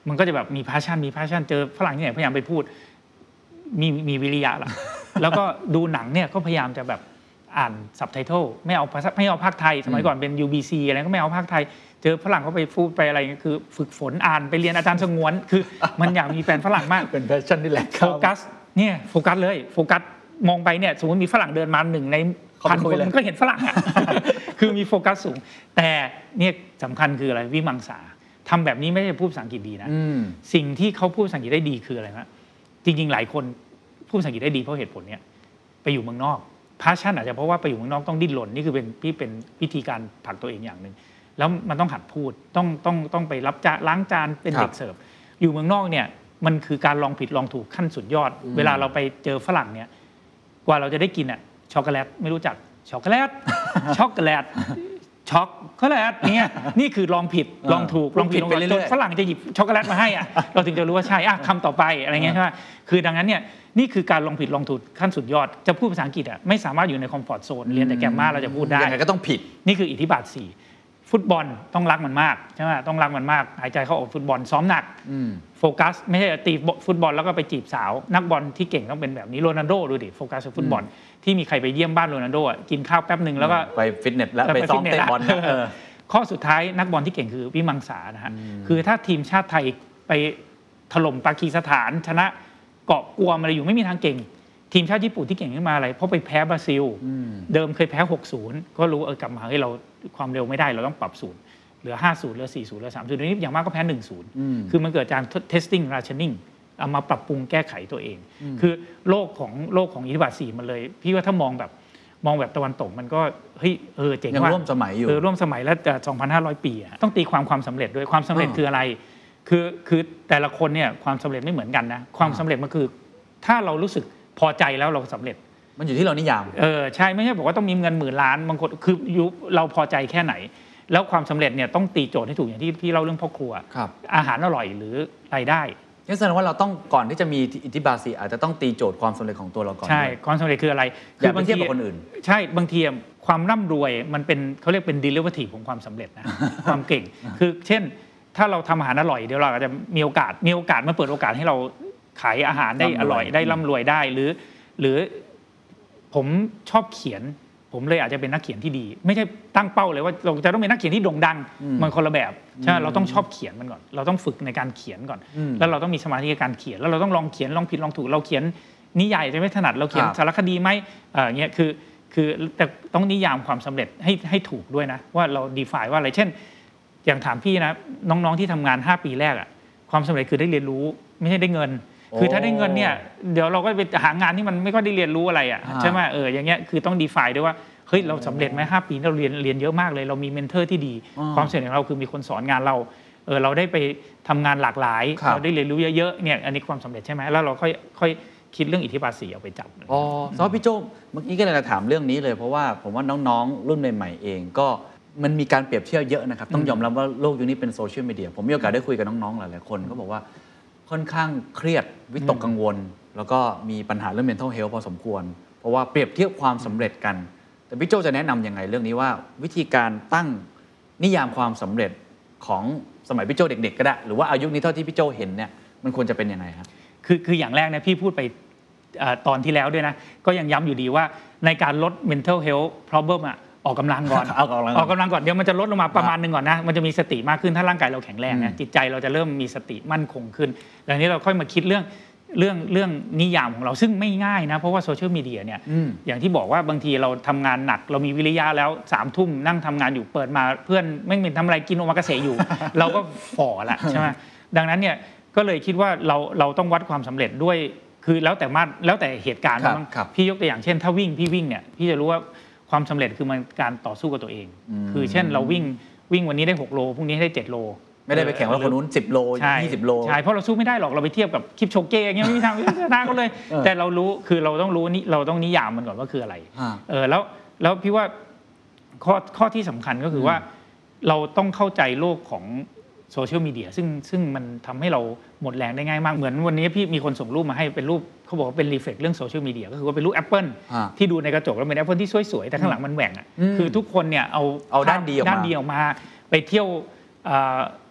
มันก็จะแบบมี passion มี passion เจอฝรั่งที่ไหนพยายามไปพูดมีมีวิริยะล่ะ แล้วก็ดูหนังเนี่ยก็พยายามจะแบบอ่านซับไตเติลไม่เอาภาษาไม่เอาภาคไทยสมัยก่อนเป็น ยู บี ซี อะไรก็ไม่เอาภาคไทยเจอฝรั่งเขาไปพูดไปอะไรคือฝึกฝนอ่านไปเรียนอาจารย์สงวนคือมันอยากมีแฟนฝรั่งมากเป็นแพชชั่นนี่แหละโฟกัสเนี่ยโฟกัสเลยโฟกัสมองไปเนี่ยสมมติมีฝรั่งเดินมาหนึ่งในพันคนมันก็เห็นฝรั่งอ่ะ คือมีโฟกัสสูงแต่เนี่ยสำคัญคืออะไรวิมังสาทำแบบนี้ไม่ใช่พูดภาษาอังกฤษดีนะสิ่งที่เขาพูดภาษาอังกฤษได้ดีคืออะไรนะจริงๆหลายคนพูดภาษาอังกฤษได้ดีเพราะเหตุผลเนี่ยไปอยู่เมืองนอกพาชั่นอาจจะเพราะว่าไปอยู่เมืองนอกต้องดิ้นรนนี่คือเป็นพี่เป็นวิธีการผลักตัวเองอย่างหนึ่งแล้วมันต้องหัดพูดต้องต้องต้องไปรับจานล้างจานเป็นเด็กเสิร์ฟอยู่เมืองนอกเนี่ยมันคือการลองผิดลองถูกขั้นสุดยอดเวลาเราไปเจอฝรั่งเนี่ยกว่าเราจะได้กินอ่ะช็อกโกแลตไม่รู้จักช็อกโกแลตช็อกโกแลตช็อกโกแลตเนี่ยนี่คือลองผิดลองถูกลองผิดจนฝรั่งจะหยิบช็อกโกแลตมาให้อ่ะเราถึงจะรู้ว่าใช่อ่ะคำต่อไปอะไรเงี้ยใช่ไหมคือดังนั้นเนี่ยนี่คือการลองผิดลองถูกขั้นสุดยอดจะพูดภาษาอังกฤษอ่ะไม่สามารถอยู่ในคอมฟอร์ตโซนเรียนแต่แกรมมาเราจะพูดได้ยังไงก็ต้องผิดนี่คืออิทธิบาทสี่ฟุตบอลต้องรักมันมากใช่ไหมต้องรักมันมากหายใจเข้าออกฟุตบอลซ้อมหนักโฟกัสไม่ใช่ตีฟุตบอลแล้วก็ไปจีบสาวนักบอลที่เก่งต้องเป็นแบบนี้โรนัลโดดูดิโฟกัสกับฟุตบอลที่มีใครไปเยี่ยมบ้านโรนัลโดกินข้าวแป๊บนึงแล้วก็ไปฟิตเนสแล้วไปซ้อมเตะบอลข้อสุดท้ายนักบอลที่เก่งคือวิมังสานะฮะคือถ้าทีมชาติไทยไปถล่มปากีสถานชนะเกาะกวมอะไรอยู่ไม่มีทางเก่งทีมชาติญี่ปุ่นที่เก่งขึ้นมาอะไรเพราะไปแพ้บราซิลเดิมเคยแพ้ หกศูนย์ ก็รู้เออกลับมาเฮ้ยเราความเร็วไม่ได้เราต้องปรับศูนย์เหลือห้าศูนย์เหลือสี่ศูนย์เหลือสามศูนย์นี้อย่างมากก็แพ้หนึ่งศูนย์คือมันเกิดจาก testing rationing เอามาปรับปรุงแก้ไขตัวเองคือโลกของโลกของอิทธิบาทสี่มันเลยพี่ว่าถ้ามองแบบมองแบบตะวันตกมันก็เฮ้ยเออเจ๋งว่าร่วมสมัยอยู่เออร่วมสมัยแล้วจะ สองพันห้าร้อย ปีอ่ะต้องตีความความสำเร็จด้วยความสำเร็จคืออะไรคือคือแต่ละคนเนี่ยความสำเร็จไม่เหมือนกันนะความสำเร็จมันคือถ้าเรารู้สึกพอใจแล้วเราสำเร็จมันอยู่ที่เรานิยามเออใช่ไม่ใช่บอกว่าต้องมีเงินหมื่นล้านบางคนคือเราพอใจแค่ไหนแล้วความสำเร็จเนี่ยต้องตีโจทย์ให้ถูกอย่างที่พี่เล่าเรื่องพ่อครัวอาหารอร่อยหรือรายได้นั่นแสดงว่าเราต้องก่อนที่จะมีอิทธิบาทสี่อาจจะต้องตีโจทย์ความสำเร็จของตัวเราก่อนใช่ความสำเร็จคืออะไรอย่าไปเทียบกับคนอื่นใช่บางทีความร่ำรวยมันเป็นเขาเรียกเป็น derivative ของความสำเร็จนะ ความเก่งคือเช่นถ้าเราทำอาหารอร่อยเดี๋ยวเราอาจจะมีโอกาสมีโอกาสมาเปิดโอกาสให้เราขายอาหารได้อร่อยได้ร่ำรวยได้หรือหรือผมชอบเขียนผมเลยอาจจะเป็นนักเขียนที่ดีไม่ใช่ตั้งเป้าเลยว่าเราจะต้องเป็นนักเขียนที่โด่งดังมันคนละแบบใช่เราต้องชอบเขียนมันก่อนเราต้องฝึกในการเขียนก่อนแล้วเราต้องมีสมาธิในการเขียนแล้วเราต้องลองเขียนลองผิดลองถูกเราเขียนนิยายจะไม่ถนัดเราเขียนสารคดีไหมเอ่อเงี้ยคือคือแต่ต้องนิยามความสำเร็จให้ให้ถูกด้วยนะว่าเรา define ว่าอะไรเช่นอย่างถามพี่นะน้องๆที่ทำงานห้าปีแรกอะความสำเร็จคือได้เรียนรู้ไม่ใช่ได้เงินคือถ้าได้เงินเนี่ยเดี๋ยวเราก็ไปหางานที่มันไม่ค่อยได้เรียนรู้อะไรอ่ะใช่ไหมเอออย่างเงี้ยคือต้อง define ด้วยว่าเฮ้ยเราสำเร็จไหมห้าปีเราเรียนเรียนเยอะมากเลยเรามีเมนเทอร์ที่ดีความสำเร็จของเราคือมีคนสอนงานเราเออเราได้ไปทำงานหลากหลายเราได้เรียนรู้เยอะๆเนี่ยอันนี้ความสำเร็จใช่ไหมแล้วเราค่อยค่อยคิดเรื่องอิทธิบาทสี่เอาไปจับอ๋อซอพี่โจ้เมื่อกี้ก็เลยจะถามเรื่องนี้เลยเพราะว่าผมว่าน้องๆรุ่นใหม่ๆเองก็มันมีการเปรียบเทียบเยอะนะครับต้องยอมรับว่าโลกยุคนี้เป็นโซเชียลมีเดียผมมีโอกาสได้คุยกับน้องๆหลายๆคนก็บอกว่าค่อนข้างเครียดวิตกกังวลแล้วก็มีปัญหาเรื่อง mental health พอสมควรเพราะว่าเปรียบเทียบความสำเร็จกันแต่พี่โจจะแนะนำยังไงเรื่องนี้ว่าวิธีการตั้งนิยามความสำเร็จของสมัยพี่โจเด็กๆก็ได้หรือว่าอายุนี้เท่าที่พี่โจเห็นเนี่ยมันควรจะเป็นยังไงครับคือคืออย่างแรกเนี่ยพี่พูดไปตอนที่แล้วด้วยนะก็ยังย้ำอยู่ดีว่าในการลด mental health problem อ่ะออกกำลังก่อนออกกำลังก่อนเดี๋ยวมันจะลดลงมาประมาณนึงก่อนนะมันจะมีสติมากขึ้นถ้าร่างกายเราแข็งแรงนะจิตใจเราจะเริ่มมีสติมั่นคงขึ้นดังนี้เราค่อยมาคิดเรื่องเรื่องเรื่องนิยามของเราซึ่งไม่ง่ายนะเพราะว่าโซเชียลมีเดียเนี่ยอย่างที่บอกว่าบางทีเราทำงานหนักเรามีวิริยะแล้วสามทุ่มนั่งทำงานอยู่เปิดมาเพื่อนไม่เป็นทำอะไรกินโอมากาเสะอยู่ เราก็ฝ่อละใช่ไหมดังนั้นเนี่ยก็เลยคิดว่าเราเราต้องวัดความสำเร็จด้วยคือแล้วแต่มาแล้วแต่เหตุการณ์พี่ยกตัวอย่างเช่นถ้าวิ่งพี่วิ่งเนี่ยพี่จะรู้ว่าความสำเร็จคือมันการต่อสู้กับตัวเองคือเช่นเราวิ่งวิ่งวันนี้ได้หกโลพรุ่งนี้ได้เจ็ดโลไม่ได้ไปแข่งว่าคนนู้นสิบโลยี่สิบโลใช่เพราะเราสู้ไม่ได้หรอกเราไปเทียบกับคลิปโชเก้อย่างเงี้ยไม่มีทางชนะเขาเลยแต่เรารู้คือเราต้องรู้นี่เราต้องนิยามมันก่อนว่าคืออะไรเออแล้วแล้วพี่ว่าข้อข้อที่สำคัญก็คือว่าเราต้องเข้าใจโลกของโซเชียลมีเดียซึ่งซึ่งมันทำให้เราหมดแรงได้ง่ายมากเหมือนวันนี้พี่มีคนส่งรูปมาให้เป็นรูปเขาบอกว่าเป็นรีเฟล็กเรื่องโซเชียลมีเดียก็คือว่าเป็นรูปแอปเปิลที่ดูในกระจกแล้วเป็นแอปเปิลที่สวยๆแต่ข้างหลังมันแหว่งอ่ะคือทุกคนเนี่ยเอาเอาด้านดีออกมาด้านดีออกมาไปเที่ยว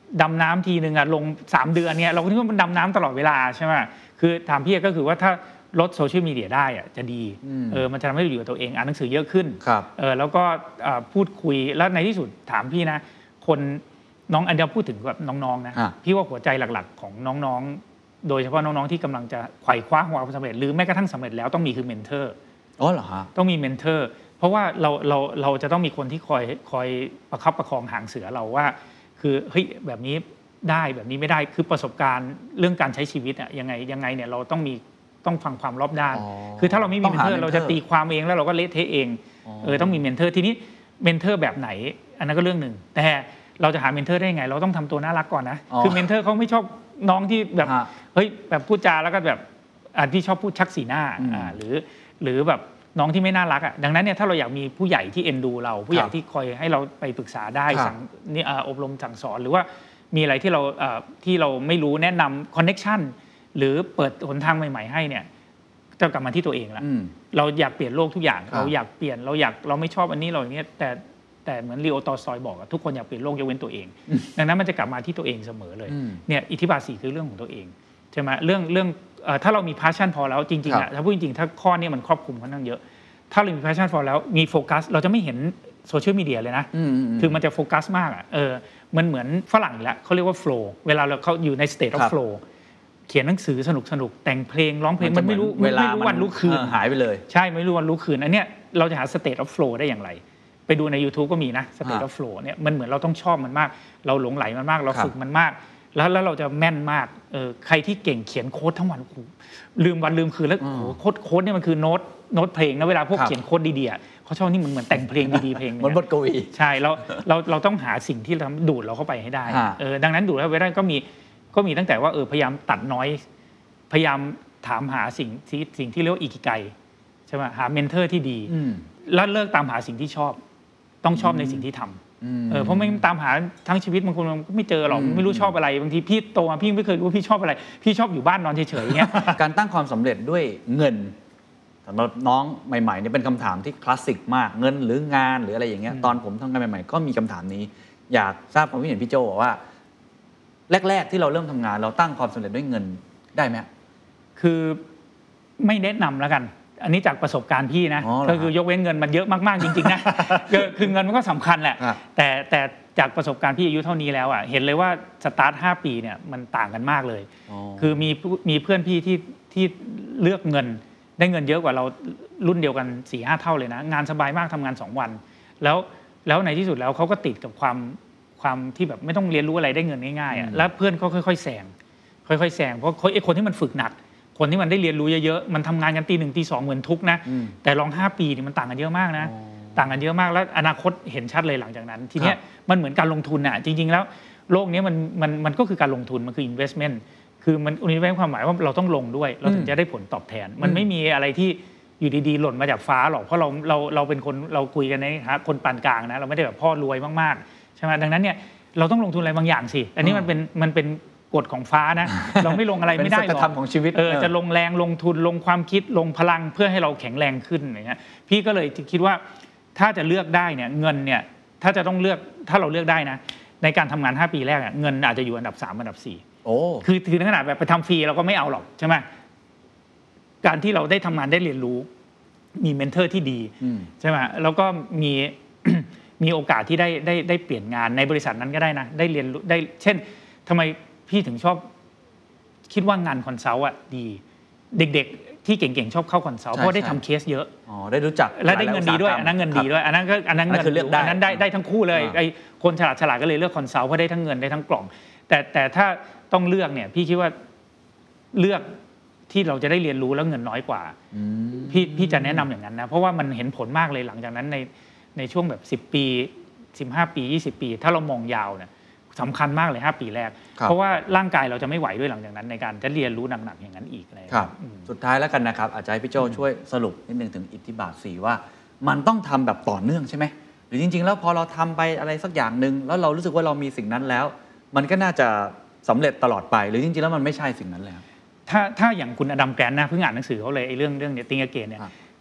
ดำน้ำทีนึงอะลงสามเดือนเนี่ยเราก็คิดว่ามันดำน้ำตลอดเวลาใช่ไหมคือถามพี่ก็คือว่าถ้าลดโซเชียลมีเดียได้อะจะดีเออมันจะทำให้เราอยู่กับตัวเองอ่านหนังสือเยอะขึ้นเออแล้วก็พูดคุยแล้วในที่สุดถามพี่นะคนน้องอันเดียวพูดถึงแบบน้องๆนะพี่ว่าหัวใจหลักๆของน้องๆโดยเฉพาะน้องๆที่กำลังจะไขว่คว้าความสำเร็จหรือแม้กระทั่งสำเร็จแล้วต้องมีคือเมนเทอร์อ๋อเหรอฮะต้องมีเมนเทอร์เพราะว่าเราเราเราจะต้องมีคนที่คอยคอยประคับประคองหางเสือเราว่าคือเฮ้ยแบบนี้ได้แบบนี้ไม่ได้คือประสบการณ์เรื่องการใช้ชีวิตอะยังไงยังไงเนี่ยเราต้องมีต้องฟังความรอบด้านคือถ้าเราไม่มีเมนเทอร์เราจะตีความเองแล้วเราก็เละเทะเองเออต้องมีเมนเทอร์ทีนี้เมนเทอร์แบบไหนอันนั้นก็เรื่องหนึ่งแต่เราจะหาเมนเทอร์ได้ยังไงเราต้องทำตัวน่ารักก่อนนะคือเมนเทอร์เขาไม่ชอบน้องที่แบบเฮ้ยแบบพูดจาแล้วก็แบบอ่าที่ชอบพูดชักสีหน้าอ่าหรือหรือแบบน้องที่ไม่น่ารักอ่ะดังนั้นเนี่ยถ้าเราอยากมีผู้ใหญ่ที่เอ็นดูเราผู้ใหญ่ที่คอยให้เราไปปรึกษาได้สั่งนี่อบรมสั่งสอนหรือว่ามีอะไรที่เราที่เราไม่รู้แนะนำคอนเน็กชันหรือเปิดหนทางใหม่ๆให้เนี่ยจะกลับมาที่ตัวเองละเราอยากเปลี่ยนโลกทุกอย่างเราอยากเปลี่ยนเราอยากเราไม่ชอบอันนี้เราอย่างเงี้ยแต่แต่เหมือนลีโอตอลสตอยบอกทุกคนอยากเปลี่ยนโลกยกเว้นตัวเองดังนั้นมันจะกลับมาที่ตัวเองเสมอเลยเนี่ยอิทธิบาทสี่คือเรื่องของตัวเองใช่ไหมเรื่องเรื่องถ้าเรามี passion พอแล้วจริงๆอ่ะถ้าพูดจริงๆถ้าข้อนี้มันครอบคลุมค่อนข้างเยอะถ้าเรามี passion for แล้วมีโฟกัสเราจะไม่เห็นโซเชียลมีเดียเลยนะคือมันจะโฟกัสมากอ่ะเออมันเหมือนฝรั่งแล้วเขาเรียกว่า flow เวลาเราเขาอยู่ใน state of flow เขียนหนังสือสนุกสนุกแต่งเพลงร้องเพลงมันไม่รู้ไม่รู้วันรู้คืนหายไปเลยใช่ไม่รู้วันรู้คืนอันเนี้ยเราจะหา state of flow ได้อย่างไรไปดูใน YouTube ก็มีนะ state of flow เนี่ยมันเหมือนเราต้องชอบมันมากเราหลงไหลมันมากเราฝึกมันมากแล้วแล้วเราจะแม่นมากเออใครที่เก่งเขียนโค้ดทั้งวันลืมวันลืมคืนแล้วโอ้โหโค้ดโค้ดเนี่ยมันคือโน้ตโน้ตเพลงนะเวลาพวกเขียนโค้ดดีๆเขาชอบนี่มันเหมือนแต่งเพลงดีๆเพลงนึงเหมือนบทกวีใช่เราเราเราต้องหาสิ่งที่ทำดูดเราเข้าไปให้ได้เออดังนั้นดูดเข้าไปได้ก็มีก็มีตั้งแต่ว่าเออพยายามตัดน้อยพยายามถามหาสิ่งที่สิ่งที่เรียกว่าอิกิไกใช่ไหมหาเมนเทอร์ที่ดีแล้วเลิกตามหาสิ่งที่ชอบต้องชอบในสิ่งที่ทำเออเพราะไม่ตามหาทั้งชีวิตบางคนมันก็ไม่เจอหรอกไม่รู้ชอบอะไรบางทีพี่โตมาพี่ไม่เคยรู้พี่ชอบอะไรพี่ชอบอยู่บ้านนอนเฉยๆอย่างเงี้ยการตั้งความสำเร็จด้วยเงินสำหรับน้องใหม่ๆเนี่ยเป็นคำถามที่คลาสสิกมากเงินหรืองานหรืออะไรอย่างเงี้ยตอนผมทำงานใหม่ๆก็มีคำถามนี้อยากทราบความคิดเห็นพี่โจว่าแรกๆที่เราเริ่มทำงานเราตั้งความสำเร็จด้วยเงินได้ไหมคือไม่แนะนำแล้วกันอันนี้จากประสบการณ์พี่นะก็คือยกเว้นเงินมันเยอะมากๆจริงๆนะคือเงินมันก็สำคัญแหละแต่แต่จากประสบการณ์พี่อายุเท่านี้แล้วอ่ะเห็นเลยว่าสตาร์ทห้าปีเนี่ยมันต่างกันมากเลยคือมีมีเพื่อนพี่ที่ที่เลือกเงินได้เงินเยอะกว่าเรารุ่นเดียวกัน สี่ห้า เท่าเลยนะงานสบายมากทำงานสองวันแล้วแล้วในที่สุดแล้วเขาก็ติดกับความความที่แบบไม่ต้องเรียนรู้อะไรได้เงินง่ายๆอ่ะแล้วเพื่อนเขาค่อยๆแซงค่อยๆแซงเพราะไอ้คนที่มันฝึกหนักคนที่มันได้เรียนรู้เยอะๆมันทำงานกันตีหนึ่งตีสองเหมือนทุกนะแต่ลองห้าปีนี่มันต่างกันเยอะมากนะต่างกันเยอะมากแล้วอนาคตเห็นชัดเลยหลังจากนั้นทีเนี้ยมันเหมือนการลงทุนอ่ะจริงๆแล้วโลกนี้มันมันมันก็คือการลงทุนมันคือ investment คือมัน investment ความหมายว่าเราต้องลงด้วยเราถึงจะได้ผลตอบแทนมันไม่มีอะไรที่อยู่ดีๆหล่นมาจากฟ้าหรอกเพราะเราเราเราเป็นคนเราคุยกันในฮะคนปานกลางนะเราไม่ได้แบบพ่อรวยมากๆใช่ไหมดังนั้นเนี่ยเราต้องลงทุนอะไรบางอย่างสิอันนี้มันเป็นมันเป็นกฎของฟ้านะเราไม่ลงอะไรไม่ได้หรอกเป็นสัจธรรมของชีวิตเออจะลงแรงลงทุนลงความคิดลงพลังเพื่อให้เราแข็งแรงขึ้นอย่างเงี้ยพี่ก็เลยคิดว่าถ้าจะเลือกได้เนี่ยเงินเนี่ยถ้าจะต้องเลือกถ้าเราเลือกได้นะในการทำงานห้าปีแรกเงินอาจจะอยู่อันดับสามอันดับสี่โอ้คือถึงขนาดแบบไปทำฟรีเราก็ไม่เอาหรอกใช่ไหมการที่เราได้ทำงานได้เรียนรู้มีเมนเทอร์ที่ดีใช่ไหมแล้วก็มี มีโอกาสที่ได้ได้ได้เปลี่ยนงานในบริษัทนั้นก็ได้นะได้เรียนรู้ได้เช่นทำไมพี่ถึงชอบคิดว่างานคอนซัลท์อ่ะดีเด็กๆที่เก่งๆชอบเข้าคอนซัลท์เพราะได้ทำเคสเยอะอ๋อได้รู้จักและได้เงินดีด้วยอันนั้นเงินดีด้วยอันนั้นก็อันนั้นเงินเลือกได้อันนั้นได้ได้ทั้งคู่เลยไอ้คนฉลาดฉลาดก็เลยเลือกคอนซัลท์เพราะได้ทั้งเงินได้ทั้งกล่องแต่แต่ถ้าต้องเลือกเนี่ยพี่คิดว่าเลือกที่เราจะได้เรียนรู้แล้วเงินน้อยกว่าพี่พี่จะแนะนำอย่างนั้นนะเพราะว่ามันเห็นผลมากเลยหลังจากนั้นในในช่วงแบบสิบปีสิบห้าปียี่สิบปีถ้าเรามองยาวเนี่ยสำคัญมากเลยห้าปีแรกเพราะว่าร่างกายเราจะไม่ไหวด้วยหลังจากนั้นในการจะเรียนรู้หนักๆอย่างนั้นอีกอะไรครับสุดท้ายแล้วกันนะครับอาจารย์พี่โจช่วยสรุปนิดนึงถึงอิทธิบาทสี่ว่ามันต้องทำแบบต่อเนื่องใช่ไหมหรือจริงๆแล้วพอเราทำไปอะไรสักอย่างนึงแล้วเรารู้สึกว่าเรามีสิ่งนั้นแล้วมันก็น่าจะสำเร็จตลอดไปหรือจริงๆแล้วมันไม่ใช่สิ่งนั้นแล้วถ้าถ้าอย่างคุณอดัมแกรนท์นะเพิ่งอ่านหนังสือเขาเลยไอ้เรื่องเรื่องเนี่ยติงอเกนเนี่ย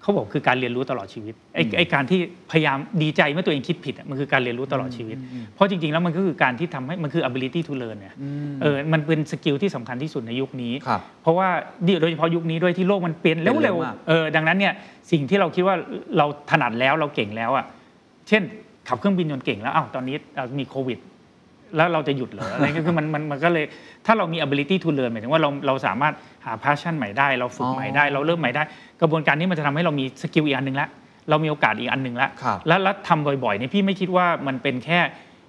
เขาบอกคือการเรียนรู้ตลอดชีวิตไอ้ไอ้การที่พยายามดีใจเมื่อตัวเองคิดผิดมันคือการเรียนรู้ตลอดชีวิตเพราะจริงๆแล้วมันก็คือการที่ทำให้มันคือ ability to learn เนี่ยเออมันเป็นสกิลที่สำคัญที่สุดในยุคนี้เพราะว่าโดยเฉพาะยุคนี้ด้วยที่โลกมันเปลี่ยนเร็วๆเออดังนั้นเนี่ยสิ่งที่เราคิดว่าเราถนัดแล้วเราเก่งแล้วอ่ะเช่นขับเครื่องบินจนเก่งแล้วอ้าวตอนนี้มีโควิดแล้วเราจะหยุดเหรออะไรก็คือมันมันมันก็เลยถ้าเรามี ability to learn หมายถึงว่าเราเราสามารถหา passion ใหม่ได้เราฝึกใหม่ได้เราเริ่มใหม่ได้กระบวนการนี้มันจะทำให้เรามีสกิลอีกอันนึงละเรามีโอกาสอีกอันนึงละแล้วแล้วทำบ่อยๆเนี่ยพี่ไม่คิดว่ามันเป็นแค่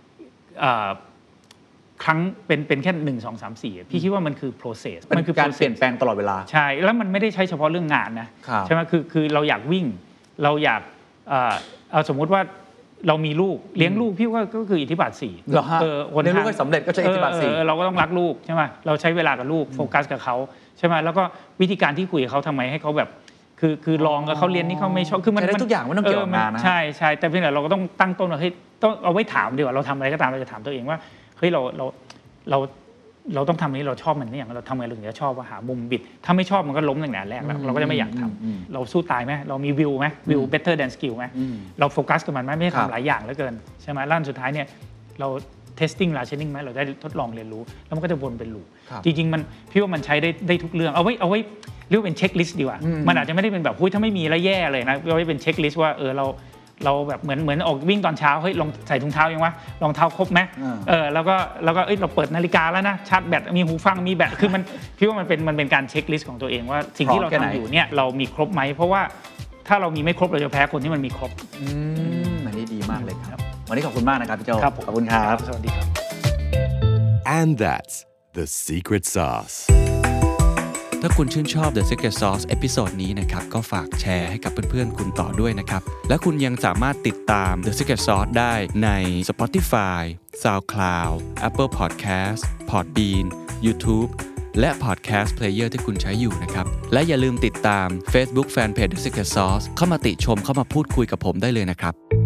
ครั้งเป็นเป็นแค่หนึ่งสองสามสี่พี่คิดว่ามันคือ process มันคือการเปลี่ยนแปลงตลอดเวลาใช่แล้วมันไม่ได้ใช้เฉพาะเรื่องงานนะใช่ไหมคือคือเราอยากวิ่งเราอยากเอาสมมุติว่าเรามีลูกเลี้ยงลูกพี่ว่าก็คืออิทธิบาทสี่เออเลี้ยงลูกให้สำเร็จก็ใช้อิทธิบาทสี่เราก็ต้องรักลูกใช่ไหมเราใช้เวลากับลูกโฟกัสกับเขาใช่ไหมแล้วก็วิธีการที่คุยกับเขาทำไมให้เขาแบบคือคือลองกับเขาเรียนนี่เขาไม่ชอบคือมันได้ทุกอย่างไม่ต้องเกี่ยวกับงานนะใช่ใช่แต่เพียงแต่เราก็ต้องตั้งต้นว่าเฮ้ยต้องเอาไว้ถามดีกว่าเราทำอะไรก็ตามเราจะถามตัวเองว่าเฮ้ยเราเราเราเราต้องทำนี้เราชอบมันนี่อย่างเราทำไงเราถึงจะชอบว่าหามุมบิดถ้าไม่ชอบมันก็ล้มตั้งแต่แรกแล้วเราก็จะไม่อยากทำเราสู้ตายไหมเรามีวิวไหมวิว better than skill ไหมเราโฟกัสกับมันไหมไม่ได้ทำหลายอย่างเหลือเกินใช่ไหมแล้วสุดท้ายเนี่ยเรา testing rationing ไหมเราได้ทดลองเรียนรู้แล้วมันก็จะวนเป็นลูปจริงๆมันพี่ว่ามันใช้ได้ได้ทุกเรื่องเอาไว้เอาไว้เรียกว่าเป็นเช็คลิสต์ดีกว่ามันอาจจะไม่ได้เป็นแบบหุ้ยถ้าไม่มีแล้วแย่เลยนะเอาไว้เป็นเช็คลิสต์ว่าเออเราเราแบบเหมือนเหมือนออกวิ่งตอนเช้าเฮ้ยลองใส่ถุงเท้ายังวะรองเท้าครบไหมเออแล้วก็แล้วก็เอ้ยเราเปิดนาฬิกาแล้วนะชาร์จแบตมีหูฟังมีแบตคือมันพี่ว่ามันเป็นมันเป็นการเช็คลิสต์ของตัวเองว่าสิ่งที่เราทำอยู่เนี่ยเรามีครบไหมเพราะว่าถ้าเรามีไม่ครบเราจะแพ้คนที่มันมีครบอืมอันนี้ดีมากเลยครับวันนี้ขอบคุณมากนะครับพี่โจขอบคุณครับสวัสดีครับ and that's the secret sauce ถ้าคุณชื่นชอบ The Secret Sauce เอพิโซดนี้นะครับก็ฝากแชร์ให้กับเพื่อนๆคุณต่อด้วยนะครับและคุณยังสามารถติดตาม The Secret Sauce ได้ใน Spotify, SoundCloud, Apple Podcast, Podbean, YouTube และ Podcast Player ที่คุณใช้อยู่นะครับและอย่าลืมติดตาม Facebook Fanpage The Secret Sauce เข้ามาติชมเข้ามาพูดคุยกับผมได้เลยนะครับ